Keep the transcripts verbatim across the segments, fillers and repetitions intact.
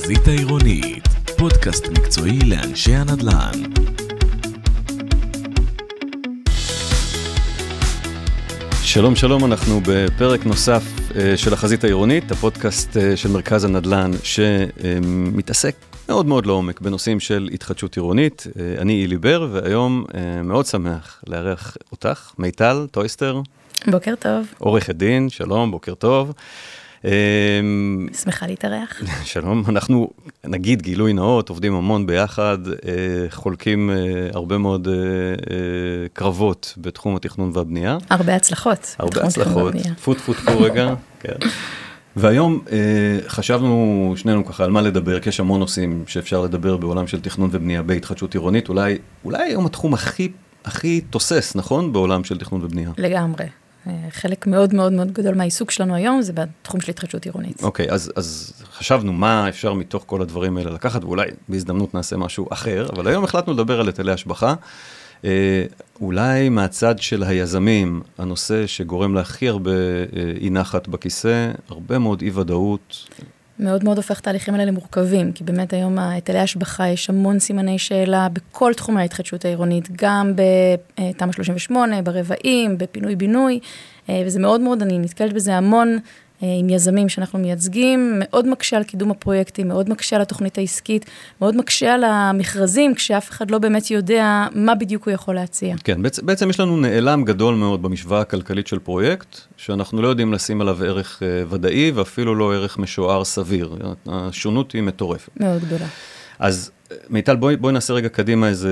החזית העירונית, פודקאסט מקצועי לאנשי הנדל"ן. שלום שלום, אנחנו בפרק נוסף של החזית העירונית, הפודקאסט של מרכז הנדל"ן שמתעסק מאוד מאוד לעומק בנושאים של התחדשות עירונית. אני אילי בר, והיום מאוד שמח לארח אותך, מיטל טויסטר. בוקר טוב. עורכת דין, שלום, בוקר טוב. שמחה להתארח. שלום, אנחנו נגיד גילוי נאות, עובדים המון ביחד, חולקים הרבה מאוד קרבות בתחום התכנון והבנייה. הרבה הצלחות. הרבה הצלחות, פוט פוט פו רגע, כן. והיום חשבנו שנינו ככה על מה לדבר, כי יש המון נושאים שאפשר לדבר בעולם של תכנון ובנייה בהתחדשות עירונית, אולי, אולי היום התחום הכי, הכי תוסס, נכון? בעולם של תכנון ובנייה. לגמרי. חלק מאוד מאוד מאוד גדול מהעיסוק שלנו היום, זה בתחום של התחדשות עירונית. אוקיי, אז, אז חשבנו מה אפשר מתוך כל הדברים האלה לקחת, ואולי בהזדמנות נעשה משהו אחר, אבל היום החלטנו לדבר על היטלי השבחה. אה, אולי מהצד של היזמים, הנושא שגורם להכי הרבה אי נחת בכיסא, הרבה מאוד אי ודאות. מאוד מאוד הופך תהליכים האלה למורכבים, כי באמת היום היטלי השבחה יש המון סימני שאלה בכל תחום ההתחדשות העירונית, גם בתמ"א שלושים ושמונה, ברבעים, בפינוי בינוי, וזה מאוד מאוד, אני נתקלת בזה המון עם יזמים שאנחנו מייצגים, מאוד מקשה על קידום הפרויקטים, מאוד מקשה על התוכנית העסקית, מאוד מקשה על המכרזים, כשאף אחד לא באמת יודע מה בדיוק הוא יכול להציע. כן, בעצם, בעצם יש לנו נעלם גדול מאוד במשוואה הכלכלית של פרויקט, שאנחנו לא יודעים לשים עליו ערך uh, ודאי, ואפילו לא ערך משוער סביר. השונות היא מטורפת. מאוד גדולה. אז מיטל, בואי, בואי נעשה רגע קדימה איזה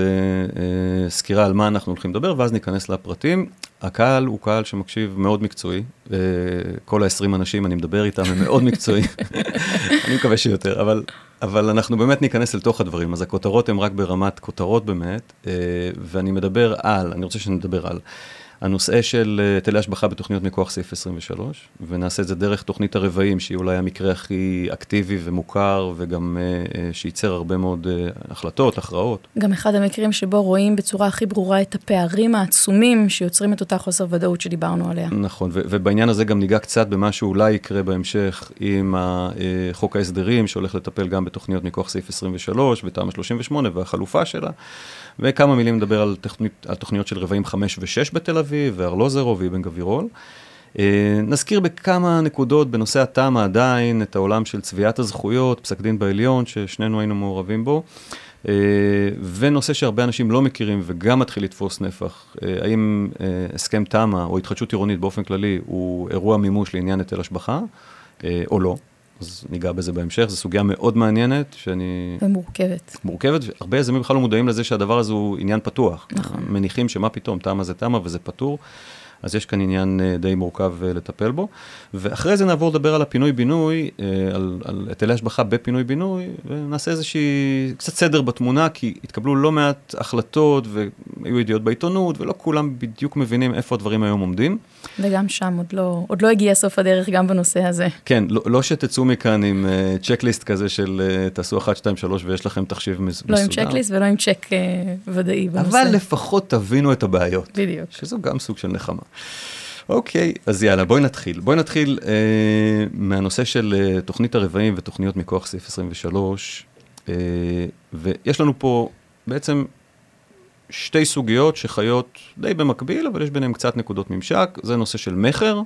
אה, סקירה על מה אנחנו הולכים לדבר, ואז ניכנס לפרטים. הקהל הוא קהל שמקשיב מאוד מקצועי, אה, כל ה-עשרים אנשים אני מדבר איתם, הם מאוד מקצועי, אני מקווה שיותר, אבל, אבל אנחנו באמת ניכנס לתוך הדברים, אז הכותרות הן רק ברמת כותרות באמת, אה, ואני מדבר על, אני רוצה שנדבר על, הנושא של היטלי השבחה בתוכניות מכוח סעיף עשרים ושלוש, ונעשה את זה דרך תוכנית הרבעים, שהיא אולי המקרה הכי אקטיבי ומוכר, וגם uh, שייצר הרבה מאוד uh, החלטות, הכרעות. גם אחד המקרים שבו רואים בצורה הכי ברורה את הפערים העצומים, שיוצרים את אותה חוסר ודאות שדיברנו עליה. נכון, ו- ובעניין הזה גם ניגע קצת במה שאולי יקרה בהמשך, עם חוק ההסדרים, שהולך לטפל גם בתוכניות מכוח סעיף עשרים ושלוש, ותמ"א שלושים ושמונה, והחלופה שלה. וכמה מילים לדבר על, תוכנית, על תוכניות של רבעים חמש ושש בתל אביב, וארלוזרו ואבן גבירול. אה, נזכיר בכמה נקודות בנושא התמ"א עדיין, את העולם של צביעת הזכויות, פסק דין בעליון, ששנינו היינו מעורבים בו, אה, ונושא שהרבה אנשים לא מכירים, וגם מתחיל לתפוס נפח, אה, האם אה, הסכם תמ"א או התחדשות עירונית באופן כללי, הוא אירוע מימוש לעניין היטל השבחה, אה, או לא. אז ניגע בזה בהמשך, זו סוגיה מאוד מעניינת, שאני... ומורכבת. מורכבת, והרבה יזמים בכלל לא מודעים לזה שהדבר הזה הוא עניין פתוח. נכון. מניחים שמה פתאום, תמ"א זה תמ"א וזה פתור, אז יש כאן עניין די מורכב לטפל בו. ואחרי זה נעבור לדבר על הפינוי-בינוי, על, על היטלי השבחה בפינוי-בינוי, ונעשה איזושהי קצת סדר בתמונה, כי התקבלו לא מעט החלטות, והיו ידיעות בעיתונות, ולא כולם בדיוק מבינים איפה הדברים היום עומדים. וגם שם עוד לא, עוד לא הגיע סוף הדרך גם בנושא הזה. כן, לא, לא שתצאו מכאן עם uh, צ'קליסט כזה של uh, תעשו אחת, שתיים, שלוש, ויש לכם תחשיב מסודר. לא עם צ'קליסט ולא עם צ'ק uh, ודאי בנושא. אבל לפחות תבינו את הבעיות. בדיוק. שזו גם סוג של נחמה. אוקיי, אז יאללה, בואי נתחיל. בואי נתחיל uh, מהנושא של uh, תוכנית הרבעים ותוכניות מכוח סעיף עשרים ושלוש, uh, ויש לנו פה בעצם שתי סוגיות שחיות די במקביל, אבל יש ביניהם קצת נקודות ממשק. זה נושא של מחר.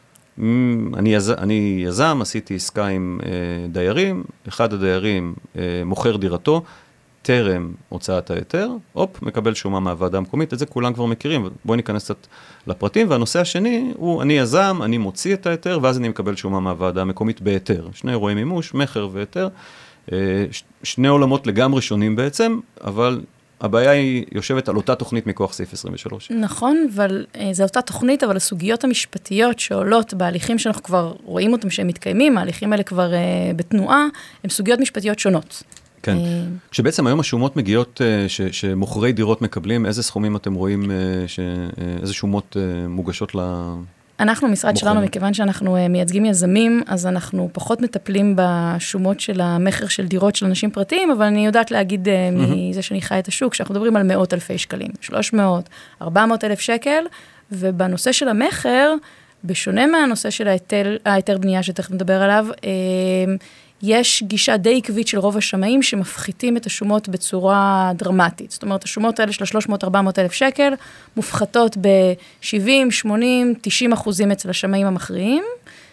אני, יז... אני יזם, עשיתי עסקה עם אה, דיירים, אחד הדיירים אה, מוכר דירתו, טרם הוצאת היתר, הופ, מקבל שומה מהוועדה המקומית, את זה כולם כבר מכירים, בואי ניכנס קצת לפרטים, והנושא השני הוא, אני יזם, אני מוציא את היתר, ואז אני מקבל שומה מהוועדה המקומית בהיתר. שני אירועי מימוש, מחר והיתר, אה, ש... שני עולמות לגמרי שונים בעצם, אבל... הבעיה היא יושבת על אותה תוכנית מכוח סעיף עשרים ושלוש. נכון, אבל זו אותה תוכנית, אבל הסוגיות המשפטיות שעולות בהליכים שאנחנו כבר רואים אותם שהם מתקיימים, ההליכים האלה כבר uh, בתנועה, הן סוגיות משפטיות שונות. כן, uh, שבעצם היום השומות מגיעות, uh, ש, שמוכרי דירות מקבלים, איזה סכומים אתם רואים, uh, ש, uh, איזה שומות uh, מוגשות ל... אנחנו, משרד שלנו, מכיוון שאנחנו מייצגים יזמים, אז אנחנו פחות מטפלים בשומות של המחר של דירות של אנשים פרטיים, אבל אני יודעת להגיד מזה שאני חי את השוק, שאנחנו מדברים על מאות אלפי שקלים, שלוש מאות, ארבע מאות אלף שקל, ובנושא של המחר, בשונה מהנושא של ההיתר, ההיתר בנייה שתכף נדבר עליו, יש גישה די עקבית של רוב השמאים שמפחיתים את השומות בצורה דרמטית. זאת אומרת, השומות האלה של שלוש מאות עד ארבע מאות אלף שקל מופחתות ב-שבעים, שמונים, תשעים אחוזים אצל השמאים המכריעים.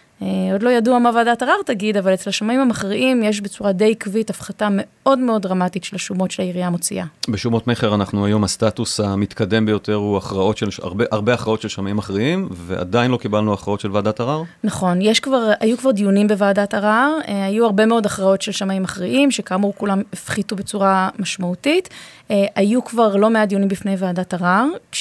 עוד לא ידוע מה ועדת ערר תגיד, אבל אצל השמאים המכריעים יש בצורה די עקבית הפחתה מאוד מאוד דרמטית של השומות שהעירייה מוציאה. בשומות מכר אנחנו היום הסטטוס המתקדם ביותר הוא הכרעות של, הרבה, הרבה הכרעות של שמאים מכריעים, ועדיין לא קיבלנו הכרעות של ועדת ערר? נכון, יש כבר, היו כבר דיונים בוועדת ערר, היו הרבה מאוד הכרעות של שמאים מכריעים, שכאמור כולם הפחיתו בצורה משמעותית, היו כבר לא מעט דיונים בפני ועדת ערר,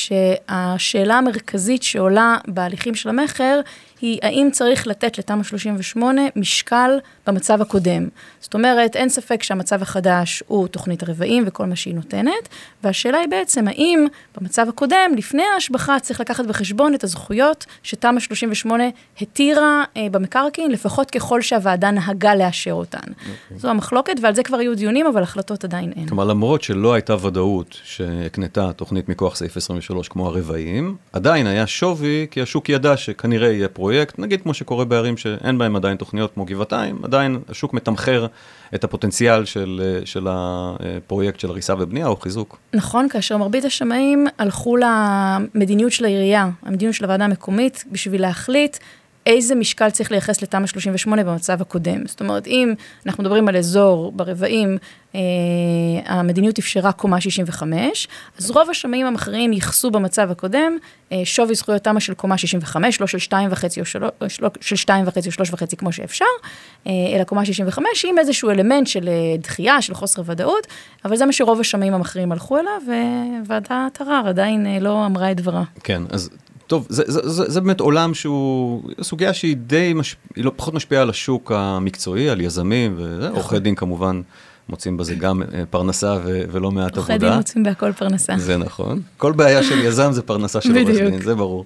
כשהשאלה המרכזית שעולה בהליכים של המכר, היא האם צריך לתת לתמ"א שלושים ושמונה משקל במצב הקודם. זאת אומרת, אין ספק שהמצב החדש הוא תוכנית הרבעים וכל מה שהיא נותנת, והשאלה היא בעצם האם במצב הקודם, לפני ההשבחה, צריך לקחת בחשבון את הזכויות שתמ"א שלושים ושמונה התירה אה, במקרקעין, לפחות ככל שהוועדה נהגה לאשר אותן. Okay. זו המחלוקת, ועל זה כבר היו דיונים, אבל החלטות עדיין אין. כלומר, למרות שלא הייתה ודאות שהקנתה תוכנית מכוח סעיף עשרים ושלוש כמו הרבעים, עדיין היה שווי, כי השוק ידע שכנראה יהיה פרויקט, נגיד כמו שקורה בערים שאין בהם עדיין תוכניות כמו גבעתיים, עדיין השוק מתמחר את הפוטנציאל של, של הפרויקט של הריסה ובנייה או חיזוק. נכון, כאשר מרבית השמאים הלכו למדיניות של העירייה, המדיניות של הוועדה המקומית, בשביל להחליט איזה משקל צריך לייחס לתמ"א שלושים ושמונה במצב הקודם. זאת אומרת, אם אנחנו מדברים על אזור ברבעים, אה, המדיניות אפשרה קומה שישים וחמש, אז רוב השמאים המכריעים ייחסו במצב הקודם, אה, שווי זכויות תמ"א של קומה שישים וחמש, לא של שתיים וחצי או שלוש, של שתיים וחצי או שלוש וחצי כמו שאפשר, אה, אלא קומה שישים וחמש, עם איזשהו אלמנט של דחייה, של חוסר ודאות, אבל זה מה שרוב השמאים המכריעים הלכו אליו, וועדת ערר עדיין אה, לא אמרה את דברה. כן, אז טוב, זה, זה, זה, זה באמת עולם שהוא, סוגיה שהיא די, מש, היא לא פחות משפיעה על השוק המקצועי, על יזמים, וזה, עורכי דין כמובן מוצאים בזה גם פרנסה ו, ולא מעט עבודה. עורכי דין מוצאים בהכל פרנסה. זה נכון. כל בעיה של יזם זה פרנסה של עורך דין, זה ברור.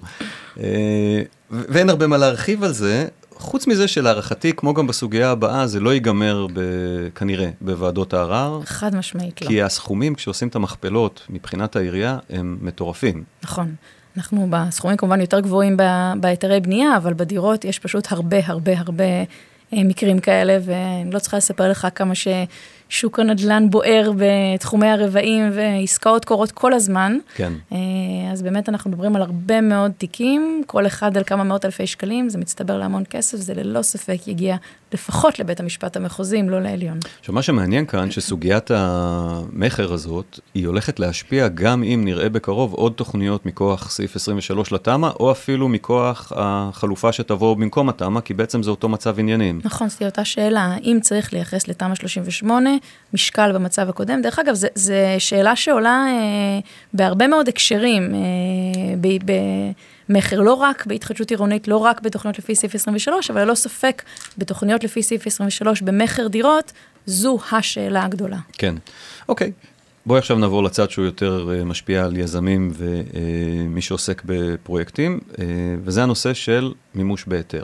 ואין הרבה מה להרחיב על זה, חוץ מזה שלהערכתי, כמו גם בסוגיה הבאה, זה לא ייגמר כנראה בוועדות הערר. חד משמעית לא. כי הסכומים, כשעושים את המכפלות מבחינת העירייה, הם מטורפים. נכון. אנחנו בסכומים כמובן יותר גבוהים בהיתרי בנייה, אבל בדירות יש פשוט הרבה, הרבה, הרבה מקרים כאלה, ואני לא צריכה לספר לך כמה ששוק הנדל"ן בוער בתחומי הרבעים, ועסקאות קורות כל הזמן. כן. אז באמת אנחנו מדברים על הרבה מאוד תיקים, כל אחד על כמה מאות אלפי שקלים, זה מצטבר להמון כסף, זה ללא ספק יגיע לפחות לבית המשפט המחוזי, אם לא לעליון. עכשיו, מה שמעניין כאן, שסוגיית המחר הזאת, היא הולכת להשפיע גם אם נראה בקרוב עוד תוכניות מכוח סעיף עשרים ושלוש לתמ"א, או אפילו מכוח החלופה שתבוא במקום התמ"א, כי בעצם זה אותו מצב עניינים. נכון, זו אותה שאלה, אם צריך לייחס לתמ"א שלושים ושמונה, משקל במצב הקודם. דרך אגב, זו שאלה שעולה אה, בהרבה מאוד הקשרים, אה, ב... ב מחר, לא רק בהתחדשות עירונית, לא רק בתוכניות לפי סעיף עשרים ושלוש, אבל לא ספק בתוכניות לפי סעיף עשרים ושלוש, במחר דירות, זו השאלה הגדולה. כן, אוקיי. בואי עכשיו נעבור לצד שהוא יותר משפיע על יזמים ומי שעוסק בפרויקטים, וזה הנושא של מימוש בהיתר.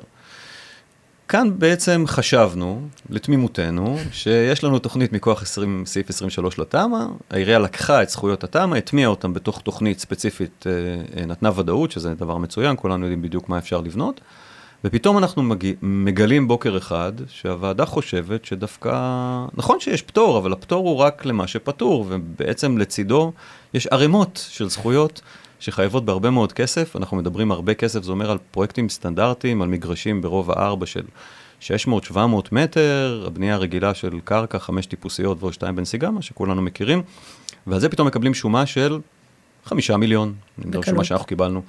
כאן בעצם חשבנו, לתמימותנו, שיש לנו תוכנית מכוח עשרים, סעיף עשרים ושלוש לתמ"א, העירייה לקחה את זכויות התמ"א, הטמיעה אותם בתוך תוכנית ספציפית, נתנה ודאות, שזה דבר מצוין, כולנו יודעים בדיוק מה אפשר לבנות, ופתאום אנחנו מגיע, מגלים בוקר אחד, שהוועדה חושבת שדווקא, נכון שיש פטור, אבל הפטור הוא רק למה שפטור, ובעצם לצידו יש ערימות של זכויות, שחייבות בהרבה מאוד כסף, אנחנו מדברים הרבה כסף, זה אומר על פרויקטים סטנדרטיים, על מגרשים ברוב הארבע של שש מאות שבע מאות מטר, הבנייה הרגילה של קרקע, חמש טיפוסיות ועוד שתיים בנסיגה, מה שכולנו מכירים, ועל זה פתאום מקבלים שומה של חמישה מיליון, זו שומה שאנחנו קיבלנו.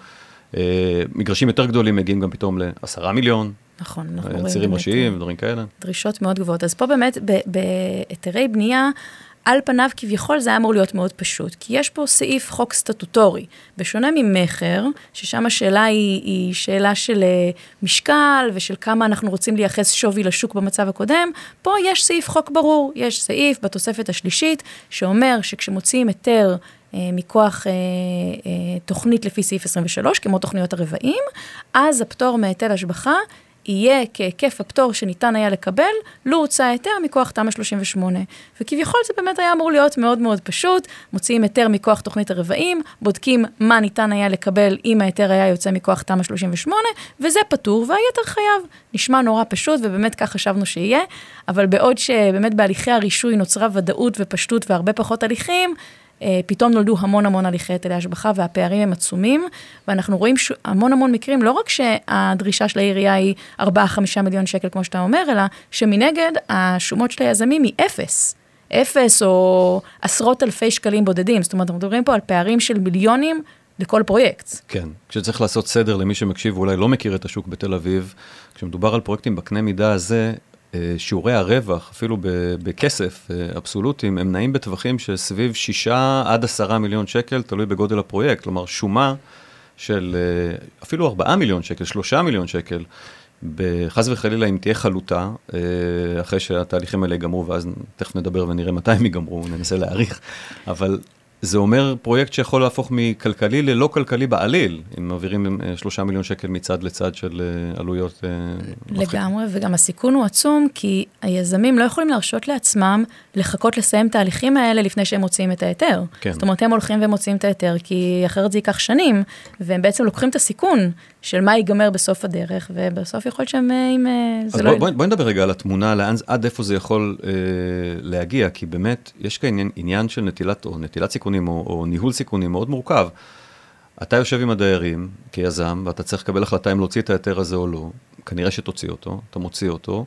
מגרשים יותר גדולים מגיעים גם פתאום לעשרה מיליון. נכון, אנחנו רואים צירים ראשיים ודברים כאלה. דרישות מאוד גבוהות. אז פה באמת, בהיתרי בנייה, על פניו כביכול זה היה אמור להיות מאוד פשוט, כי יש פה סעיף חוק סטטוטורי, בשונה ממחר, ששם השאלה היא, היא שאלה של משקל, ושל כמה אנחנו רוצים לייחס שווי לשוק במצב הקודם, פה יש סעיף חוק ברור, יש סעיף בתוספת השלישית, שאומר שכשמוציאים היתר אה, מכוח אה, אה, תוכנית לפי סעיף עשרים ושלוש, כמו תוכניות הרבעים, אז הפטור מהיטל השבחה, יהיה כהיקף הפטור שניתן היה לקבל, לו הוצא היתר מכוח תמ"א שלושים ושמונה. וכביכול זה באמת היה אמור להיות מאוד מאוד פשוט, מוציאים היתר מכוח תוכנית הרבעים, בודקים מה ניתן היה לקבל אם ההיתר היה יוצא מכוח תמ"א שלושים ושמונה, וזה פטור, והיתר חייב. נשמע נורא פשוט, ובאמת כך חשבנו שיהיה, אבל בעוד שבאמת בהליכי הרישוי נוצרה ודאות ופשטות והרבה פחות הליכים, פתאום נולדו המון המון הליכי היטלי השבחה, והפערים הם עצומים, ואנחנו רואים המון המון מקרים, לא רק שהדרישה של העירייה היא ארבעה עד חמישה מיליון שקל, כמו שאתה אומר, אלא שמנגד, השומות של היזמים היא אפס. אפס או עשרות אלפי שקלים בודדים. זאת אומרת, אנחנו מדברים פה על פערים של מיליונים לכל פרויקט. כן, כשצריך לעשות סדר למי שמקשיב, אולי לא מכיר את השוק בתל אביב, כשמדובר על פרויקטים בקנה מידה הזה, שיעורי הרווח, אפילו בכסף אבסולוטיים, הם נעים בטווחים שסביב שישה עד עשרה מיליון שקל, תלוי בגודל הפרויקט, כלומר שומה של אפילו ארבעה מיליון שקל, שלושה מיליון שקל, בחס וחלילה אם תהיה חלוטה, אחרי שהתהליכים האלה יגמרו, ואז תכף נדבר ונראה מתי הם יגמרו, ננסה להעריך, אבל זה אומר פרויקט שיכול להפוך מכלכלי ללא כלכלי בעליל, אם מעבירים שלושה מיליון שקל מצד לצד של עלויות. לגמרי, וגם הסיכון הוא עצום, כי היזמים לא יכולים להרשות לעצמם לחכות לסיים תהליכים האלה לפני שהם מוציאים את ההיתר. כן. זאת אומרת, הם הולכים ומוציאים את ההיתר, כי אחרת זה ייקח שנים, והם בעצם לוקחים את הסיכון של מה ייגמר בסוף הדרך, ובסוף יכול להיות שהם... אז בואי בוא, בוא נדבר רגע על התמונה, לאן, עד איפה זה יכול אה, להגיע, כי באמת יש כאן עניין, עניין של נטילת, או נטילת סיכונים, או, או ניהול סיכונים מאוד מורכב. אתה יושב עם הדיירים כיזם, ואתה צריך לקבל החלטה אם להוציא את ההיתר הזה או לא, כנראה שתוציא אותו, אתה מוציא אותו,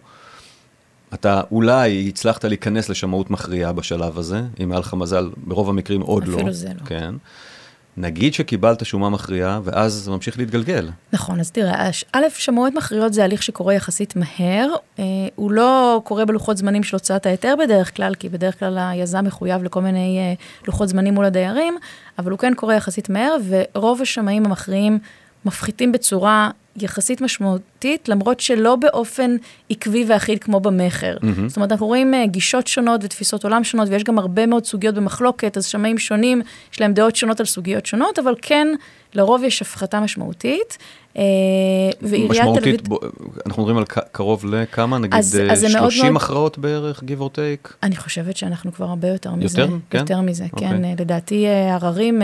אתה אולי הצלחת להיכנס לשמאות מכריעה בשלב הזה, אם היה לך מזל, ברוב המקרים עוד לא. אפילו זה לא. כן. נגיד שקיבלת שומה מכריעה, ואז זה ממשיך להתגלגל. נכון, אז תראה, א', שמועות מכריעות זה הליך שקורה יחסית מהר, אה, הוא לא קורה בלוחות זמנים של הוצאת ההיתר בדרך כלל, כי בדרך כלל היזם מחויב לכל מיני אה, לוחות זמנים מול הדיירים, אבל הוא כן קורה יחסית מהר, ורוב השמאים המכריעים מפחיתים בצורה יחסית משמעותית, למרות שלא באופן עקבי ואחיד כמו במחר. Mm-hmm. זאת אומרת, אנחנו רואים גישות שונות ותפיסות עולם שונות, ויש גם הרבה מאוד סוגיות במחלוקת, אז שמאים שונים, יש להם דעות שונות על סוגיות שונות, אבל כן, לרוב יש הפחתה משמעותית. משמעותית, אנחנו מדברים על קרוב לכמה, נגיד שלושים הכרעות בערך, give or take? אני חושבת שאנחנו כבר הרבה יותר מזה. יותר? כן? יותר מזה, כן. לדעתי, עררים...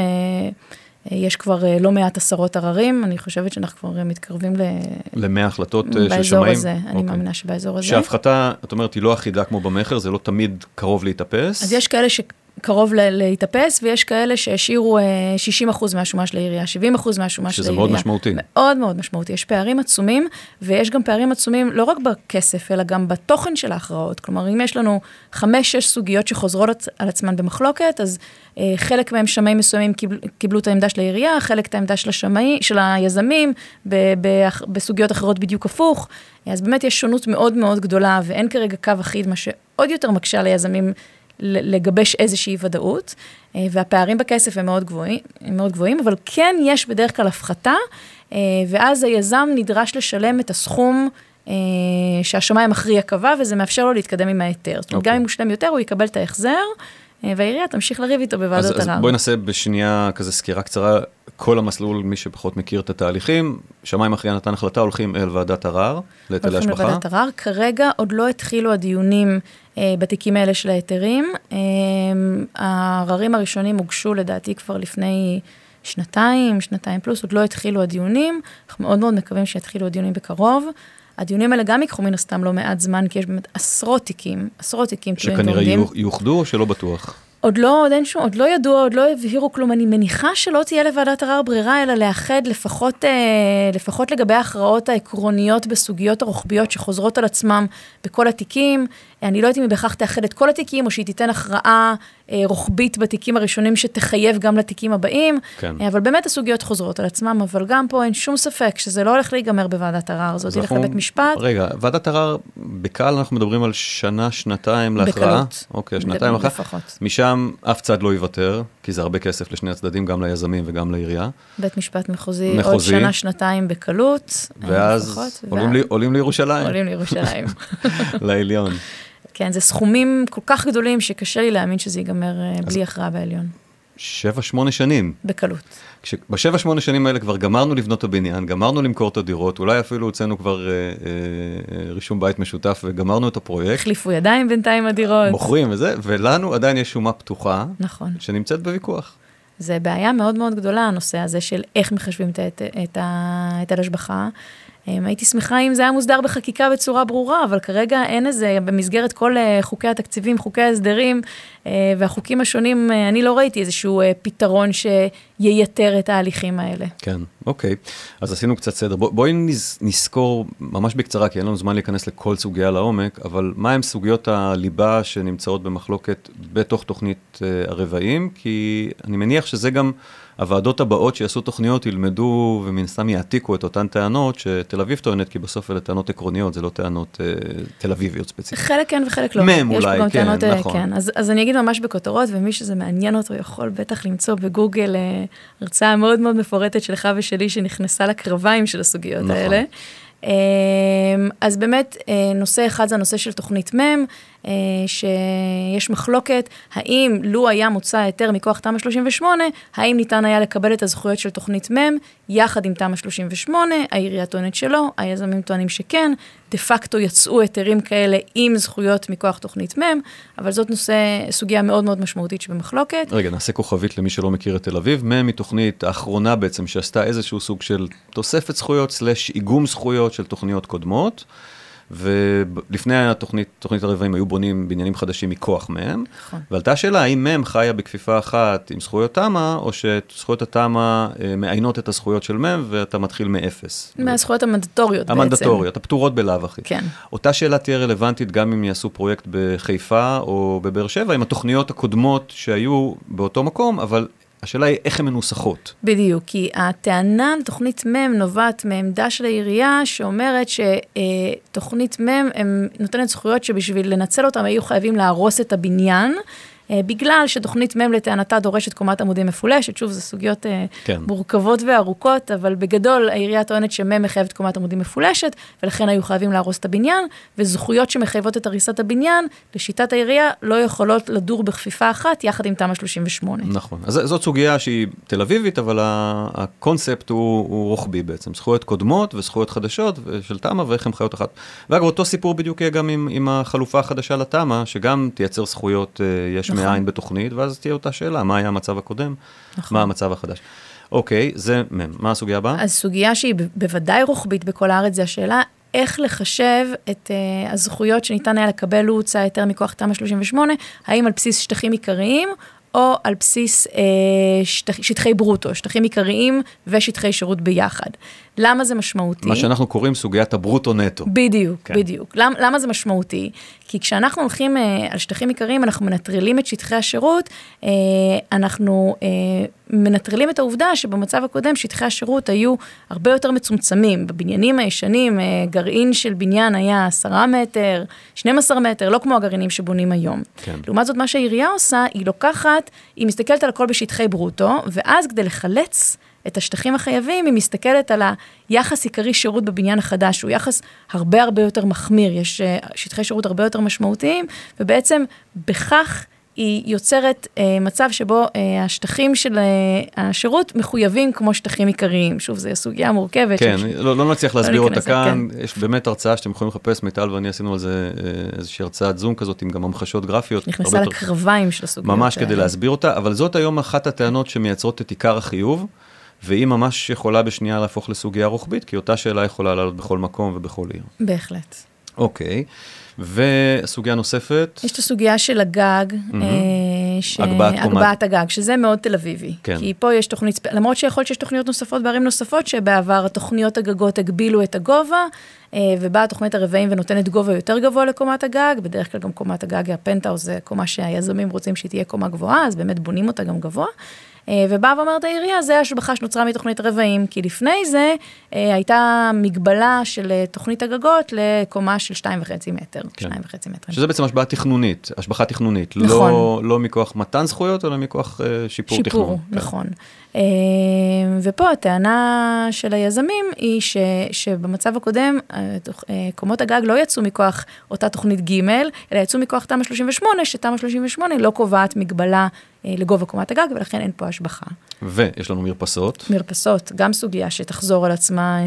יש כבר לא מעט עשרות עררים, אני חושבת שאנחנו כבר מתקרבים ל... למאה החלטות של שמאים? באזור הזה, אני מאמינה שבאזור הזה. שההפחתה, את אומרת, היא לא אחידה כמו במחר, זה לא תמיד קרוב להתאפס? אז יש כאלה שקרוב להתאפס, ויש כאלה שהשאירו שישים אחוז מהשומה של העירייה, שבעים אחוז מהשומה של העירייה. שזה מאוד משמעותי. מאוד מאוד משמעותי. יש פערים עצומים, ויש גם פערים עצומים לא רק בכסף, אלא גם בתוכן של ההכרעות. כלומר, אם יש לנו חמש, שש סוגיות שחוזרות על עצמן במחלוקת, אז חלק מהם שמאים מסוימים קיבל, קיבלו את העמדה של העירייה, חלק את העמדה של השמאי, של היזמים, ב, ב, בסוגיות אחרות בדיוק הפוך. אז באמת יש שונות מאוד מאוד גדולה, ואין כרגע קו אחיד, מה שעוד יותר מקשה ליזמים לגבש איזושהי ודאות, והפערים בכסף הם מאוד גבוהים, הם מאוד גבוהים, אבל כן יש בדרך כלל הפחתה, ואז היזם נדרש לשלם את הסכום שהשמאי המכריע קבע, וזה מאפשר לו להתקדם עם ההיתר. זאת אומרת, גם אם הוא שלם יותר, הוא יקבל את ההחזר, והעירייה תמשיך לריב איתו בוועדות ערר. אז בואי נעשה בשנייה כזה סקירה קצרה, כל המסלול, מי שפחות מכיר את התהליכים, שמאי מכריע נתן החלטה, הולכים אל ועדת ערר, להיטלי השבחה. הולכים לוועדת ערר, כרגע עוד לא התחילו הדיונים אה, בתיקים האלה של ההיתרים, אה, העררים הראשונים הוגשו לדעתי כבר לפני שנתיים, שנתיים פלוס, עוד לא התחילו הדיונים, אנחנו מאוד מאוד מקווים שיתחילו הדיונים בקרוב, הדיונים האלה גם יקחו מן הסתם לא מעט זמן, כי יש באמת עשרות תיקים, עשרות תיקים. שכנראה יוחדו או שלא בטוח? עוד לא, עוד אין שום, עוד לא ידוע, עוד לא הבהירו כלום. אני מניחה שלא תהיה לוועדת ערר ברירה, אלא לאחד לפחות, אה, לפחות לגבי ההכרעות העקרוניות בסוגיות הרוחביות שחוזרות על עצמם בכל התיקים. אני לא יודעת אם היא בכך תאחד את כל התיקים, או שהיא תיתן הכרעה אה, רוחבית בתיקים הראשונים שתחייב גם לתיקים הבאים. כן. אה, אבל באמת הסוגיות חוזרות על עצמם, אבל גם פה אין שום ספק שזה לא הולך להיגמר בוועדת ערר, זאת ילך לבית משפט. רגע, ועדת ערר, בקהל אנחנו מדברים על שנה, שנתיים להכרעה. בקלות. אוקיי, שנתיים להכרעה. משם אף צד לא יוותר, כי זה הרבה כסף לשני הצדדים, גם ליזמים וגם לעירייה. בית משפט מחוזי, מחוזי. עוד שנה, שנתיים בקלות. ואז לפחות, עולים, וה... לי, עולים לירושלים. עולים לירושלים. לעליון. כן, זה סכומים כל כך גדולים שקשה לי להאמין שזה ייגמר בלי הכרעה בעליון. שבע, שמונה שנים. בקלות. בשבע, שמונה שנים האלה כבר גמרנו לבנות את הבניין, גמרנו למכור את הדירות, אולי אפילו הוצאנו כבר אה, אה, רישום בית משותף וגמרנו את הפרויקט. החליפו ידיים בינתיים הדירות. מוכרים וזה, ולנו עדיין יש שומה פתוחה. נכון. שנמצאת בוויכוח. זה בעיה מאוד מאוד גדולה, הנושא הזה של איך מחשבים את, את, את היטל השבחה. הייתי שמחה אם זה היה מוסדר בחקיקה בצורה ברורה, אבל כרגע אין איזה, במסגרת כל חוקי התקציבים, חוקי ההסדרים והחוקים השונים, אני לא ראיתי איזשהו פתרון שייתר את ההליכים האלה. כן, אוקיי. אז עשינו קצת סדר. בוא, בואי נזכור ממש בקצרה, כי אין לנו זמן להיכנס לכל סוגיה לעומק, אבל מה הם סוגיות הליבה שנמצאות במחלוקת בתוך תוכנית הרבעים? כי אני מניח שזה גם הוועדות הבאות שיעשו תוכניות ילמדו ומן סתם יעתיקו את אותן טענות שתל אביב טוענת, כי בסוף אלה טענות עקרוניות, זה לא טענות אה, תל אביביות ספציפית. חלק כן וחלק לא. מם אולי, כן, טענות, נכון. כן. אז, אז אני אגיד ממש בכותרות, ומי שזה מעניין אותו יכול בטח למצוא בגוגל אה, הרצאה מאוד מאוד מפורטת שלך ושלי שנכנסה לקרביים של הסוגיות נכון. האלה. אז באמת, נושא אחד זה הנושא של תוכנית מם, שיש מחלוקת, האם לו היה מוצא היתר מכוח תמ"א שלושים ושמונה, האם ניתן היה לקבל את הזכויות של תוכנית מם, יחד עם תמ"א שלושים ושמונה, העירייה טוענת שלא, היזמים טוענים שכן, דה פקטו יצאו היתרים כאלה עם זכויות מכוח תוכנית מם, אבל זאת נושא, סוגיה מאוד מאוד משמעותית שבמחלוקת. רגע, נעשה כוכבית למי שלא מכיר את תל אביב, מם היא תוכנית האחרונה בעצם שעשתה איזשהו סוג של תוספת זכויות, סלש איגום זכויות של תוכניות קודמות, ולפני התוכנית, תוכנית הרבעים היו בונים בניינים חדשים מכוח מם, נכון. ועלתה שאלה, האם מם חיה בכפיפה אחת עם זכויות תמ"א, או שזכויות התמ"א מעיינות את הזכויות של מם, ואתה מתחיל מאפס. מהזכויות המנדטוריות בעצם. המנדטוריות, הפטורות בלאו הכי. כן. אותה שאלה תהיה רלוונטית גם אם יעשו פרויקט בחיפה או בבאר שבע, עם התוכניות הקודמות שהיו באותו מקום, אבל השאלה היא איך הן מנוסחות. בדיוק, כי הטענה לתוכנית מם נובעת מעמדה של העירייה, שאומרת שתוכנית מם נותנת זכויות שבשביל לנצל אותם היו חייבים להרוס את הבניין, בגלל שתוכנית מם לטענתה דורשת קומת עמודים מפולשת, שוב, זה סוגיות כן. מורכבות וארוכות, אבל בגדול העירייה טוענת שמם מחייבת קומת עמודים מפולשת, ולכן היו חייבים להרוס את הבניין, וזכויות שמחייבות את הריסת הבניין, לשיטת העירייה לא יכולות לדור בכפיפה אחת, יחד עם תמ"א שלושים ושמונה. נכון, אז זאת סוגיה שהיא תל אביבית, אבל הקונספט הוא, הוא רוחבי בעצם, זכויות קודמות וזכויות חדשות של תמ"א, ואיך הן חיות אחת. ואגב, אותו סיפור בדיוק יהיה גם עם, עם החלופה החדשה לתמ"א, שגם תייצר זכויות יש מעין בתוכנית, ואז תהיה אותה שאלה, מה היה המצב הקודם, מה המצב החדש. אוקיי, זה מם. מה הסוגיה הבאה? אז סוגיה שהיא בוודאי רוחבית בכל הארץ, זה השאלה, איך לחשב את uh, הזכויות שניתן היה לקבל להוצאה היתר מכוח תמ"א שלושים ושמונה, האם על בסיס שטחים עיקריים, או על בסיס אה, שטח, שטחי ברוטו, שטחים עיקריים ושטחי שירות ביחד. למה זה משמעותי? מה שאנחנו קוראים סוגיית הברוטו נטו. בדיוק, כן. בדיוק. למ, למה זה משמעותי? כי כשאנחנו הולכים אה, על שטחים עיקריים, אנחנו מנטרלים את שטחי השירות, אה, אנחנו אה, מנטרלים את העובדה שבמצב הקודם שטחי השירות היו הרבה יותר מצומצמים. בבניינים הישנים, אה, גרעין של בניין היה עשרה מטר, שנים עשר מטר, לא כמו הגרעינים שבונים היום. כן. לעומת זאת, מה שהעירייה עושה, היא לוקחת, היא מסתכלת על הכל בשטחי ברוטו, ואז כדי לחלץ את השטחים החייבים, היא מסתכלת על היחס עיקרי שירות בבניין החדש, הוא יחס הרבה הרבה יותר מחמיר, יש שטחי שירות הרבה יותר משמעותיים, ובעצם בכך היא יוצרת אה, מצב שבו אה, השטחים של אה, השירות מחויבים כמו שטחים עיקריים. שוב, זו סוגיה מורכבת. כן, שיש... לא, לא נצליח להסביר אותה כאן. כן. יש באמת הרצאה שאתם יכולים לחפש, מיטל ואני עשינו על זה אה, איזושהי הרצאת זום כזאת, עם גם המחשות גרפיות. נכנסה לקרביים של הסוגיות. ממש כדי להסביר אותה, אבל זאת היום אחת הטענות שמייצרות את עיקר החיוב, והיא ממש יכולה בשנייה להפוך לסוגיה רוחבית, כי אותה שאלה יכולה לעלות בכל מקום ובכל עיר. בהחלט. אוקיי. וסוגיה נוספת? יש את הסוגיה של הגג, הגבהת הגג, שזה מאוד תל אביבי. כי פה יש תוכנית, למרות שיכול להיות שיש תוכניות נוספות בערים נוספות, שבעבר התוכניות הגגות הגבילו את הגובה, ובאה התוכנית הרבעים ונותנת גובה יותר גבוה לקומת הגג, בדרך כלל גם קומת הגג, הפנטהאוז, זה קומה שהיזמים רוצים שהיא תהיה קומה גבוהה, אז באמת בונים אותה גם גבוה. ובאה ואומרת העירייה, זה השבחה שנוצרה מתוכנית רבעים, כי לפני זה הייתה מגבלה של תוכנית הגגות לקומה של שתיים וחצי מטר. שתיים וחצי מטר. שזה בעצם השבחה תכנונית, השבחה תכנונית. נכון. לא, לא מכוח מתן זכויות, אלא מכוח שיפור תכנון. שיפור, נכון. ופה הטענה של היזמים היא ש, שבמצב הקודם, קומות הגג לא יצאו מכוח אותה תוכנית ג', אלא יצאו מכוח תמ"א שלושים ושמונה, שתמ"א שלושים ושמונה לא קובעת מגבלה לגובה קומת הגג, ולכן אין פה השבחה. ויש לנו מרפסות. מרפסות, גם סוגיה שתחזור על עצמה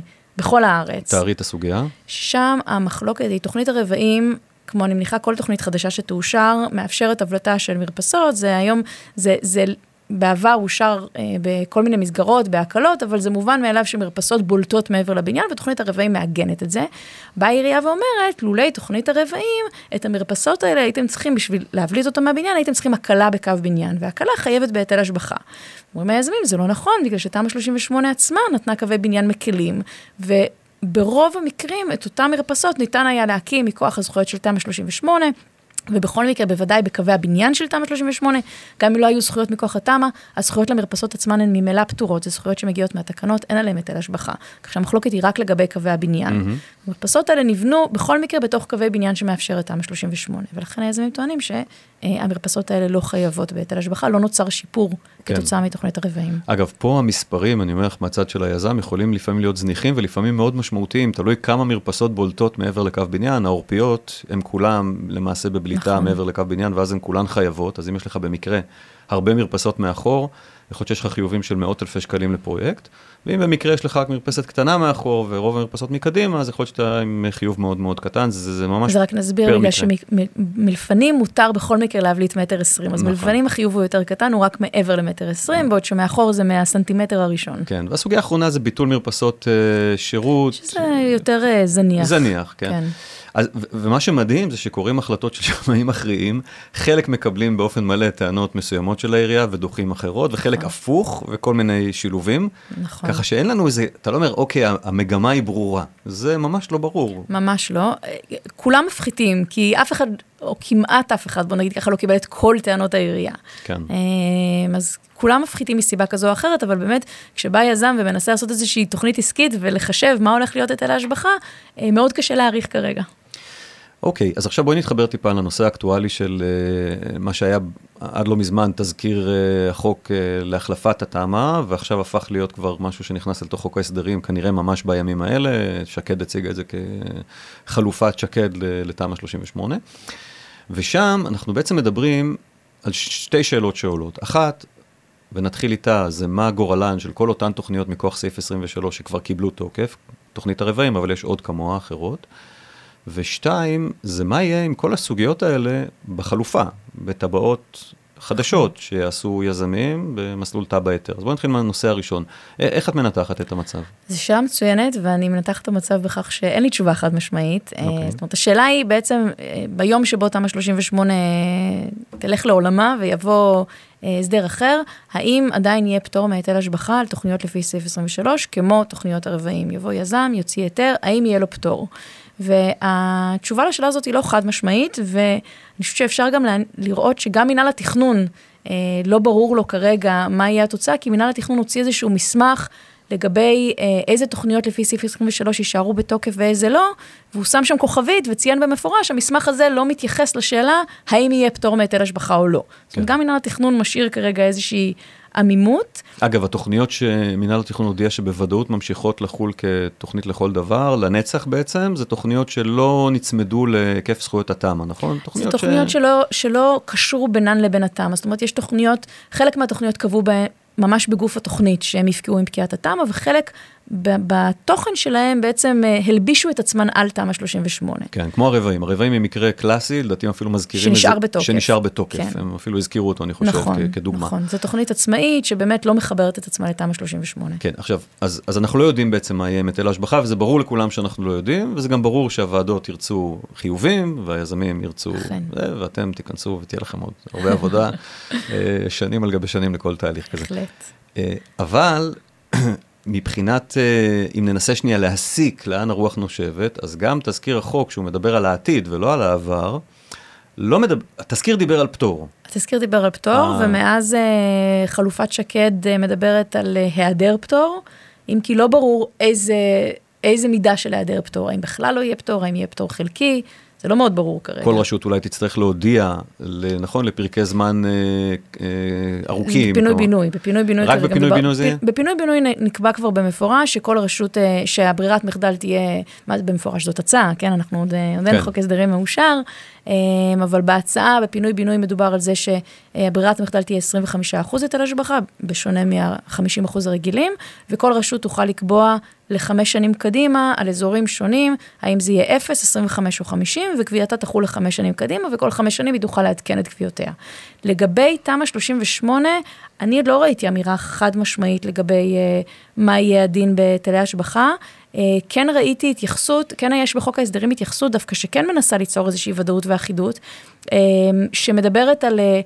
בכל הארץ. תארי את הסוגיה. שם המחלוקת היא תוכנית הרבעים, כמו אני מניחה, כל תוכנית חדשה שתאושר, מאפשרת הבלטה של מרפסות, זה היום, זה, זה בעבר אושר אה, בכל מיני מסגרות, בהקלות, אבל זה מובן מאליו שמרפסות בולטות מעבר לבניין, ותוכנית הרבעים מעגנת את זה. באה העירייה ואומרת, לולי תוכנית הרבעים, את המרפסות האלה הייתם צריכים, בשביל להבליט אותם מהבניין, הייתם צריכים הקלה בקו בניין, והקלה חייבת בהיטל השבחה. אומרים היזמים, זה לא נכון, בגלל שתמ"א שלושים ושמונה עצמה נתנה קווי בניין מקלים, ו... ברוב המקרים, את אותם מרפסות ניתן היה להקים מכוח הזכויות של תמ"א שלושים ושמונה, ובכל מקרה, בוודאי בקווי הבניין של תמ"א שלושים ושמונה, גם אם לא היו זכויות מכוח התמ"א, הזכויות למרפסות עצמן הן ממילא פטורות, זה זכויות שמגיעות מהתקנות, אין עליהן היטל השבחה. כך שהמחלוקת היא רק לגבי קווי הבניין. Mm-hmm. המרפסות האלה נבנו בכל מקרה בתוך קווי בניין שמאפשר את תמ"א שלושים ושמונה, ולכן היזמים טוענים שהמרפסות האלה לא חייבות בהיטל השבחה, לא נוצר שיפור כן. כתוצאה מתוכנית הרבעים. אגב, פה המספרים, אני אומר לך, מהצד של היזם, יכולים לפעמים להיות זניחים ולפעמים מאוד משמעותיים, תלוי כמה מרפסות בולטות מעבר לקו בניין, העורפיות הם כולם למעשה בבליטה נכון. מעבר לקו בניין, ואז הן כולן חייבות, אז אם יש לך במקרה הרבה מרפסות מאחור, יכול להיות שיש לך חיובים של מאות אלפי שקלים לפרויקט, ואם במקרה יש לך רק מרפסת קטנה מאחור, ורוב המרפסות מקדימה, אז יכול להיות שאתה עם חיוב מאוד מאוד קטן, זה, זה ממש אז רק נסביר, בגלל שמלפנים מותר בכל מקרה להבליט מטר עשרים, אז מלפנים החיוב הוא יותר קטן, הוא רק מעבר למטר עשרים, בעוד שמאחור זה מהסנטימטר הראשון. כן, והסוגיה האחרונה זה ביטול מרפסות שירות. שזה יותר זניח. זניח, כן. אז, ומה שמדהים זה שקוראים החלטות של שמאים מכריעים, חלק מקבלים באופן מלא טענות מסוימות של העירייה ודוחים אחרות, וחלק הפוך וכל מיני שילובים. נכון. ככה שאין לנו איזה, אתה לא אומר, אוקיי, המגמה היא ברורה. זה ממש לא ברור. ממש לא. כולם מפחיתים, כי אף אחד, או כמעט אף אחד, בוא נגיד ככה, לא קיבל את כל טענות העירייה. כן. אז כולם מפחיתים מסיבה כזו או אחרת, אבל באמת, כשבא יזם ומנסה לעשות איזושהי תוכנית עסקית ולחשב מה הולך להיות היטל ההשבחה, מאוד קשה להעריך כרגע. אוקיי, אז עכשיו בואי נתחבר טיפה לנושא האקטואלי של uh, מה שהיה עד לא מזמן תזכיר uh, החוק uh, להחלפת התאמה, ועכשיו הפך להיות כבר משהו שנכנס לתוך חוק ההסדרים, כנראה ממש בימים האלה, שקד הציגה את זה כחלופת שקד לתאמה שלושים ושמונה, ושם אנחנו בעצם מדברים על שתי שאלות שעולות. אחת, ונתחיל איתה, זה מה גורלן של כל אותן תוכניות מכוח סעיף עשרים ושלוש שכבר קיבלו תוקף, תוכנית הרבעים, אבל יש עוד כמוה אחרות. ושתיים, זה מה יהיה עם כל הסוגיות האלה בחלופה, בטבעות חדשות שיעשו יזמים במסלול טבע היתר. אז בואו נתחיל מהנושא הראשון. איך את מנתחת את המצב? זו שאלה מצוינת, ואני מנתחת את המצב בכך שאין לי תשובה חד משמעית. Okay. זאת אומרת, השאלה היא בעצם, ביום שבו תמ"א שלושים ושמונה תלך לעולמה ויבוא הסדר אחר, האם עדיין יהיה פטור מהיטל השבחה על תוכניות לפי סעיף עשרים ושלוש, כמו תוכניות הרבעים? יבוא יזם, יוציא היתר, האם יהיה לו פטור? והתשובה לשאלה הזאת היא לא חד משמעית, ואני חושבת שאפשר גם לראות שגם מנהל התכנון, אה, לא ברור לו כרגע מה יהיה התוצאה, כי מנהל התכנון הוציא איזשהו מסמך לגבי אה, איזה תוכניות לפי סעיף עשרים ושלוש יישארו בתוקף ואיזה לא, והוא שם שם כוכבית וציין במפורש, המסמך הזה לא מתייחס לשאלה האם יהיה פטור מהיטל השבחה או לא. כן. זאת אומרת, גם מנהל התכנון משאיר כרגע איזושהי עמימות. אגב, התוכניות שמנהל התכנון הודיע שבוודאות ממשיכות לחול כתוכנית לכל דבר, לנצח בעצם, זה תוכניות שלא נצמדו להיקף זכויות התאמה, נכון? זה תוכניות ש... שלא, שלא קשרו בינן לבין התאמה. זאת אומרת, יש תוכניות, חלק מהתוכניות קבעו ב... ממש בגוף התוכנית שהם יפקעו עם פקיעת התאמה, וחלק בתוכן שלהם בעצם הלבישו את עצמן על תמ"א שלושים ושמונה. כן, כמו הרבעים. הרבעים הם מקרה קלאסי, לדעתי אפילו מזכירים שנשאר בתוקף. שנשאר בתוקף. כן. הם אפילו הזכירו אותו, אני חושב, נכון, כ- כדוגמה. נכון, זו תוכנית עצמאית שבאמת לא מחברת את עצמה לתמ"א שלושים ושמונה. כן, עכשיו, אז, אז אנחנו לא יודעים בעצם מה יהיה עם היטל ההשבחה, וזה ברור לכולם שאנחנו לא יודעים, וזה גם ברור שהוועדות ירצו חיובים, והיזמים ירצו, ו- ואתם תיכנסו ותהיה לכם עוד הרבה עבודה, שנים על גבי שנים לכל תהליך כזה. בהחלט. אבל מבחינת, אם ננסה שנייה להסיק לאן הרוח נושבת, אז גם תזכיר החוק שהוא מדבר על העתיד ולא על העבר, לא מדבר, התזכיר דיבר על פטור. התזכיר דיבר על פטור, ומאז חלופת שקד מדברת על היעדר פטור, אם כי לא ברור איזה, איזה מידה של היעדר פטור, האם בכלל לא יהיה פטור, האם יהיה פטור חלקי, זה לא מאוד ברור כרגע. כל רשות אולי תצטרך להודיע, נכון, לפרקי זמן אה, אה, ארוכים. בפינוי בינוי, בפינוי בינוי. רק בפינוי בינוי זה יהיה? בפינוי בינוי נקבע כבר במפורש, שכל רשות, שהברירת מחדל תהיה, מה זה במפורש, זאת הצעה, כן, אנחנו עוד אין חוק הסדרים מאושר, אבל בהצעה, בפינוי בינוי מדובר על זה שברירת המחדל תהיה עשרים וחמישה אחוז היטל השבחה, בשונה מה-חמישים אחוז הרגילים, וכל רשות תוכל לקבוע לחמש שנים קדימה, על אזורים שונים, האם זה יהיה אפס, עשרים וחמש או חמישים, וקביעתה תחול לחמש שנים קדימה, וכל חמש שנים היא תוכל לעדכן את קביעותיה. לגבי תמ"א שלושים ושמונה, אני עוד לא ראיתי אמירה חד משמעית לגבי uh, מה יהיה הדין בהיטלי השבחה, uh, כן ראיתי התייחסות, כן יש בחוק ההסדרים התייחסות, דווקא שכן מנסה ליצור איזושהי ודאות ואחידות, uh, שמדברת על... Uh,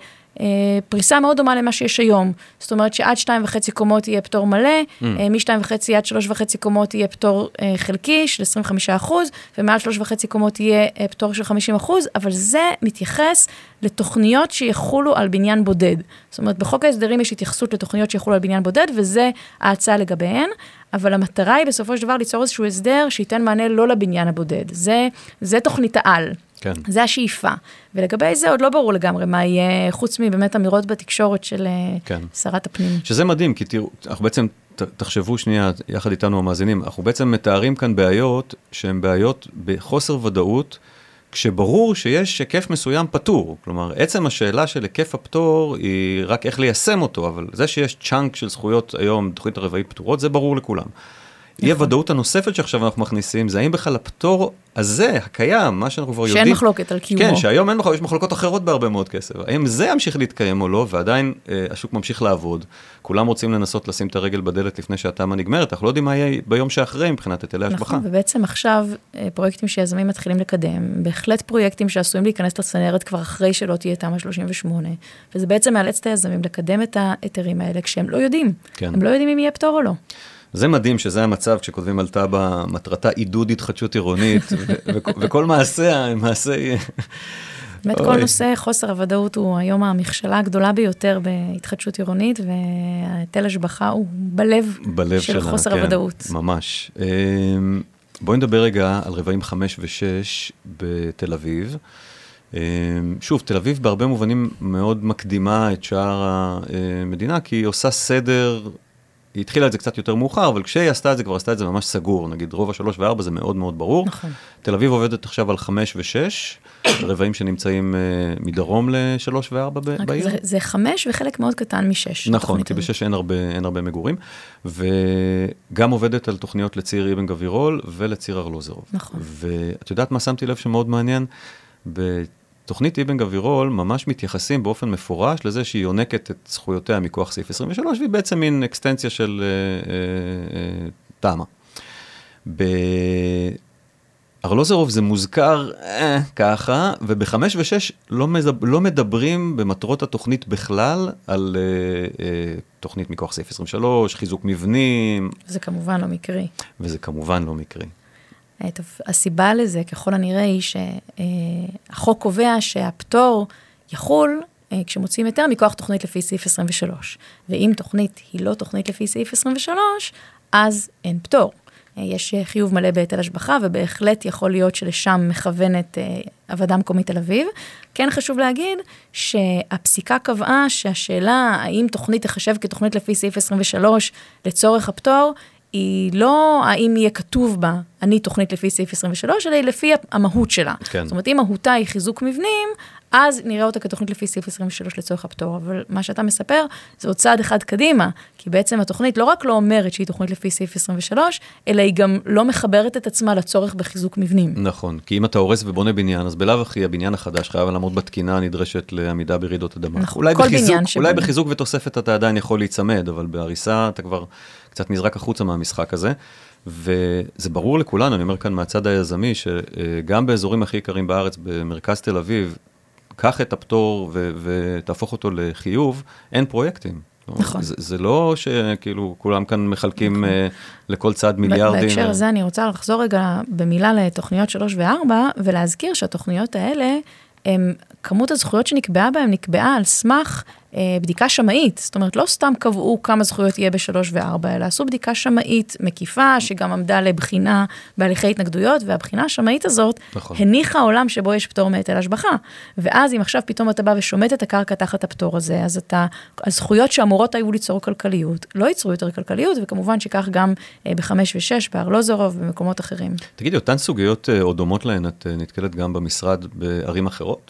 פריסה מאוד דומה למה שיש היום. זאת אומרת שעד שתיים וחצי קומות יהיה פטור מלא, משתיים וחצי עד שלוש וחצי קומות יהיה פטור חלקי של עשרים וחמישה אחוז, ומעל שלוש וחצי קומות יהיה פטור של חמישים אחוז, אבל זה מתייחס לתוכניות שיחולו על בניין בודד. זאת אומרת, בחוק ההסדרים יש התייחסות לתוכניות שיחולו על בניין בודד, וזה ההצעה לגביהן, אבל המטרה היא בסופו של דבר ליצור איזשהו הסדר שייתן מענה לא לבניין הבודד. זה, זה תוכנית העל. כן. זה השאיפה. ולגבי זה עוד לא ברור לגמרי מה יהיה, חוץ מבאמת אמירות בתקשורת של כן. שרת הפנים. שזה מדהים, כי תראו, אנחנו בעצם, ת, תחשבו שנייה, יחד איתנו המאזינים, אנחנו בעצם מתארים כאן בעיות, שהן בעיות בחוסר ודאות, כשברור שיש היקף מסוים פטור. כלומר, עצם השאלה של היקף הפטור היא רק איך ליישם אותו, אבל זה שיש צ'אנק של זכויות היום, תוכנית הרבעית פטורות, זה ברור לכולם. אי הוודאות הנוספת שעכשיו אנחנו מכניסים, זה האם בכלל הפטור הזה, הקיים, מה שאנחנו כבר יודעים. שאין מחלוקת על קיומו. כן, שהיום אין מחלוקת, יש מחלוקות אחרות בהרבה מאוד כסף. האם זה ימשיך להתקיים או לא, ועדיין אה, השוק ממשיך לעבוד. כולם רוצים לנסות לשים את הרגל בדלת לפני שהתמ"א נגמרת, אנחנו לא יודעים מה יהיה ביום שאחרי מבחינת היטלי השבחה. נכון, ובעצם עכשיו פרויקטים שיזמים מתחילים לקדם, בהחלט פרויקטים שעשויים להיכנס לצנרת כבר אחרי שלא תהיה תמ"א שלושים ושמונה, וזה בעצם מאלץ את היזמים לקדם את ההיתרים האלה כשהם לא יודעים. כן. הם לא יודעים אם יהיה פטור או לא. זה מדהים שזה המצב כשכותבים על תב"ע, מטרתה עידוד התחדשות עירונית, וכל מעשה, מעשה יהיה... באמת כל נושא חוסר הוודאות הוא היום המכשלה הגדולה ביותר בהתחדשות עירונית, והיטל השבחה הוא בלב של חוסר הוודאות. ממש. בואי נדבר רגע על רבעים חמש ושש בתל אביב. שוב, תל אביב בהרבה מובנים מאוד מקדימה את שאר המדינה, כי היא עושה סדר... היא התחילה את זה קצת יותר מאוחר, אבל כשהיא עשתה את זה, כבר עשתה את זה ממש סגור. נגיד, רוב השלוש וארבע זה מאוד מאוד ברור. נכון. תל אביב עובדת עכשיו על חמש ושש, רבעים שנמצאים uh, מדרום לשלוש וארבע בעיר. זה, זה חמש וחלק מאוד קטן משש. נכון, כי בשש אין הרבה, אין הרבה מגורים. וגם עובדת על תוכניות לציר אבן גבירול ולציר ארלוזורוב. נכון. ואת יודעת מה שמתי לב שמאוד מעניין? ב... תוכנית אבן גבירול ממש מתייחסים באופן מפורש לזה שהיא יונקת את זכויותיה מכוח סעיף עשרים ושלוש, והיא בעצם מין אקסטנציה של אה, אה, תמ"א. בארלוזורוב זה מוזכר אה, ככה, ובחמש ושש לא, מזב, לא מדברים במטרות התוכנית בכלל על אה, אה, תוכנית מכוח סעיף עשרים ושלוש, חיזוק מבנים. זה כמובן לא מקרי. וזה כמובן לא מקרי. טוב, הסיבה לזה, ככל הנראה, היא שהחוק קובע שהפטור יחול כשמוצאים יותר מכוח תוכנית לפי סעיף עשרים ושלוש. ואם תוכנית היא לא תוכנית לפי סעיף עשרים ושלוש, אז אין פטור. יש חיוב מלא בהיטל השבחה, ובהחלט יכול להיות שלשם מכוונת הוועדה המקומית תל אביב. כן חשוב להגיד שהפסיקה קבעה שהשאלה האם תוכנית תחשב כתוכנית לפי סעיף עשרים ושלוש לצורך הפטור, היא לא האם יהיה כתוב בה, אני תוכנית לפי סעיף עשרים ושלוש, אלא היא לפי המהות שלה. כן. זאת אומרת, אם מהותה היא חיזוק מבנים, אז נראה אותה כתוכנית לפי סעיף עשרים ושלוש לצורך הפטור. אבל מה שאתה מספר, זה עוד צעד אחד קדימה, כי בעצם התוכנית לא רק לא אומרת שהיא תוכנית לפי סעיף עשרים ושלוש, אלא היא גם לא מחברת את עצמה לצורך בחיזוק מבנים. נכון, כי אם אתה הורס ובונה בניין, אז בלאו הכי הבניין החדש חייב לעמוד בתקינה הנדרשת לעמידה ברעידות אדמה. נכון, אולי כל בחיזוק, בניין שבונה. אולי בחיזוק ותוספת אתה עדיין יכול להיצמד, אבל בהריסה אתה כבר קצת נזרק החוצה מהמשחק הזה, וזה ברור לכולנו, אני אומר כאן מהצד היזמי, שגם באזורים הכי יקרים בארץ, במרכז תל אביב, קח את הפטור ו- ותהפוך אותו לחיוב, אין פרויקטים. נכון. זה, זה לא שכאילו כולם כאן מחלקים נכון. uh, לכל צד מיליארדים. בהקשר הזה אני רוצה לחזור רגע במילה לתוכניות שלוש וארבע, ולהזכיר שהתוכניות האלה, הם, כמות הזכויות שנקבעה בהן נקבעה על סמך uh, בדיקה שמאית, זאת אומרת, לא סתם קבעו כמה זכויות יהיה בשלוש וארבע, אלא עשו בדיקה שמאית מקיפה, שגם עמדה לבחינה בהליכי התנגדויות, והבחינה השמאית הזאת, נכון. הניחה עולם שבו יש פטור מהיטל השבחה, ואז אם עכשיו פתאום אתה בא ושומט את הקרקע תחת הפטור הזה, אז אתה, הזכויות שאמורות היו ליצור כלכליות, לא ייצרו יותר כלכליות, וכמובן שכך גם בחמש ושש, בארלוזורוב, במקומות אחרים. תגידי, אותן סוגיות או דומות להן, את נתקלת גם במשרד בערים אחרות?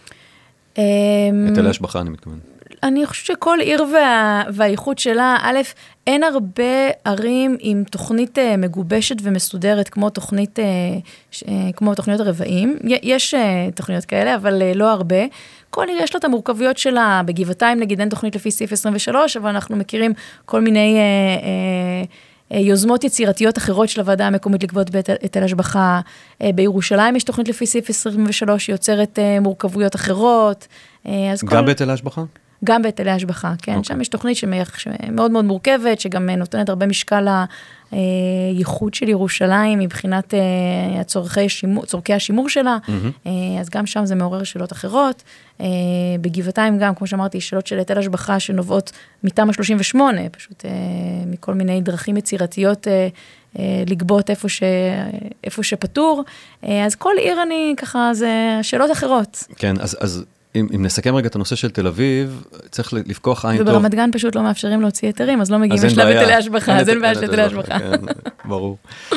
היטלי השבחה, אני מתכוון. אני חושבת שכל עיר וה, והאיכות שלה, א', אין הרבה ערים עם תוכנית uh, מגובשת ומסודרת, כמו תוכנית, uh, ש, uh, כמו תוכניות הרבעים. יש uh, תוכניות כאלה, אבל uh, לא הרבה. כל עיר יש לה את המורכבויות שלה. בגבעתיים, נגיד, אין תוכנית לפי סעיף עשרים ושלוש, אבל אנחנו מכירים כל מיני uh, uh, uh, יוזמות יצירתיות אחרות של הוועדה המקומית לגבות בהיטל השבחה. Uh, בירושלים יש תוכנית לפי סעיף עשרים ושלוש, שיוצרת uh, מורכבויות אחרות. Uh, גם כל... בהיטל השבחה? גם בהיטלי השבחה, כן. Okay. שם יש תוכנית שמאוד מאוד מורכבת, שגם נותנת הרבה משקל הייחוד של ירושלים, מבחינת צורכי השימור, צורכי השימור שלה, mm-hmm. אז גם שם זה מעורר שאלות אחרות. בגבעתיים גם, כמו שאמרתי, שאלות של היטל השבחה שנובעות מתמ"א שלושים ושמונה, פשוט מכל מיני דרכים יצירתיות לגבות איפה, ש, איפה שפטור. אז כל עיר אני ככה, זה שאלות אחרות. כן, אז... אז... אם, אם נסכם רגע את הנושא של תל אביב, צריך לפקוח עין טוב. וברמת גן פשוט לא מאפשרים להוציא היתרים, אז לא מגיעים לשלב היטלי השבחה, אז אין בעיה של היטלי השבחה. ברור.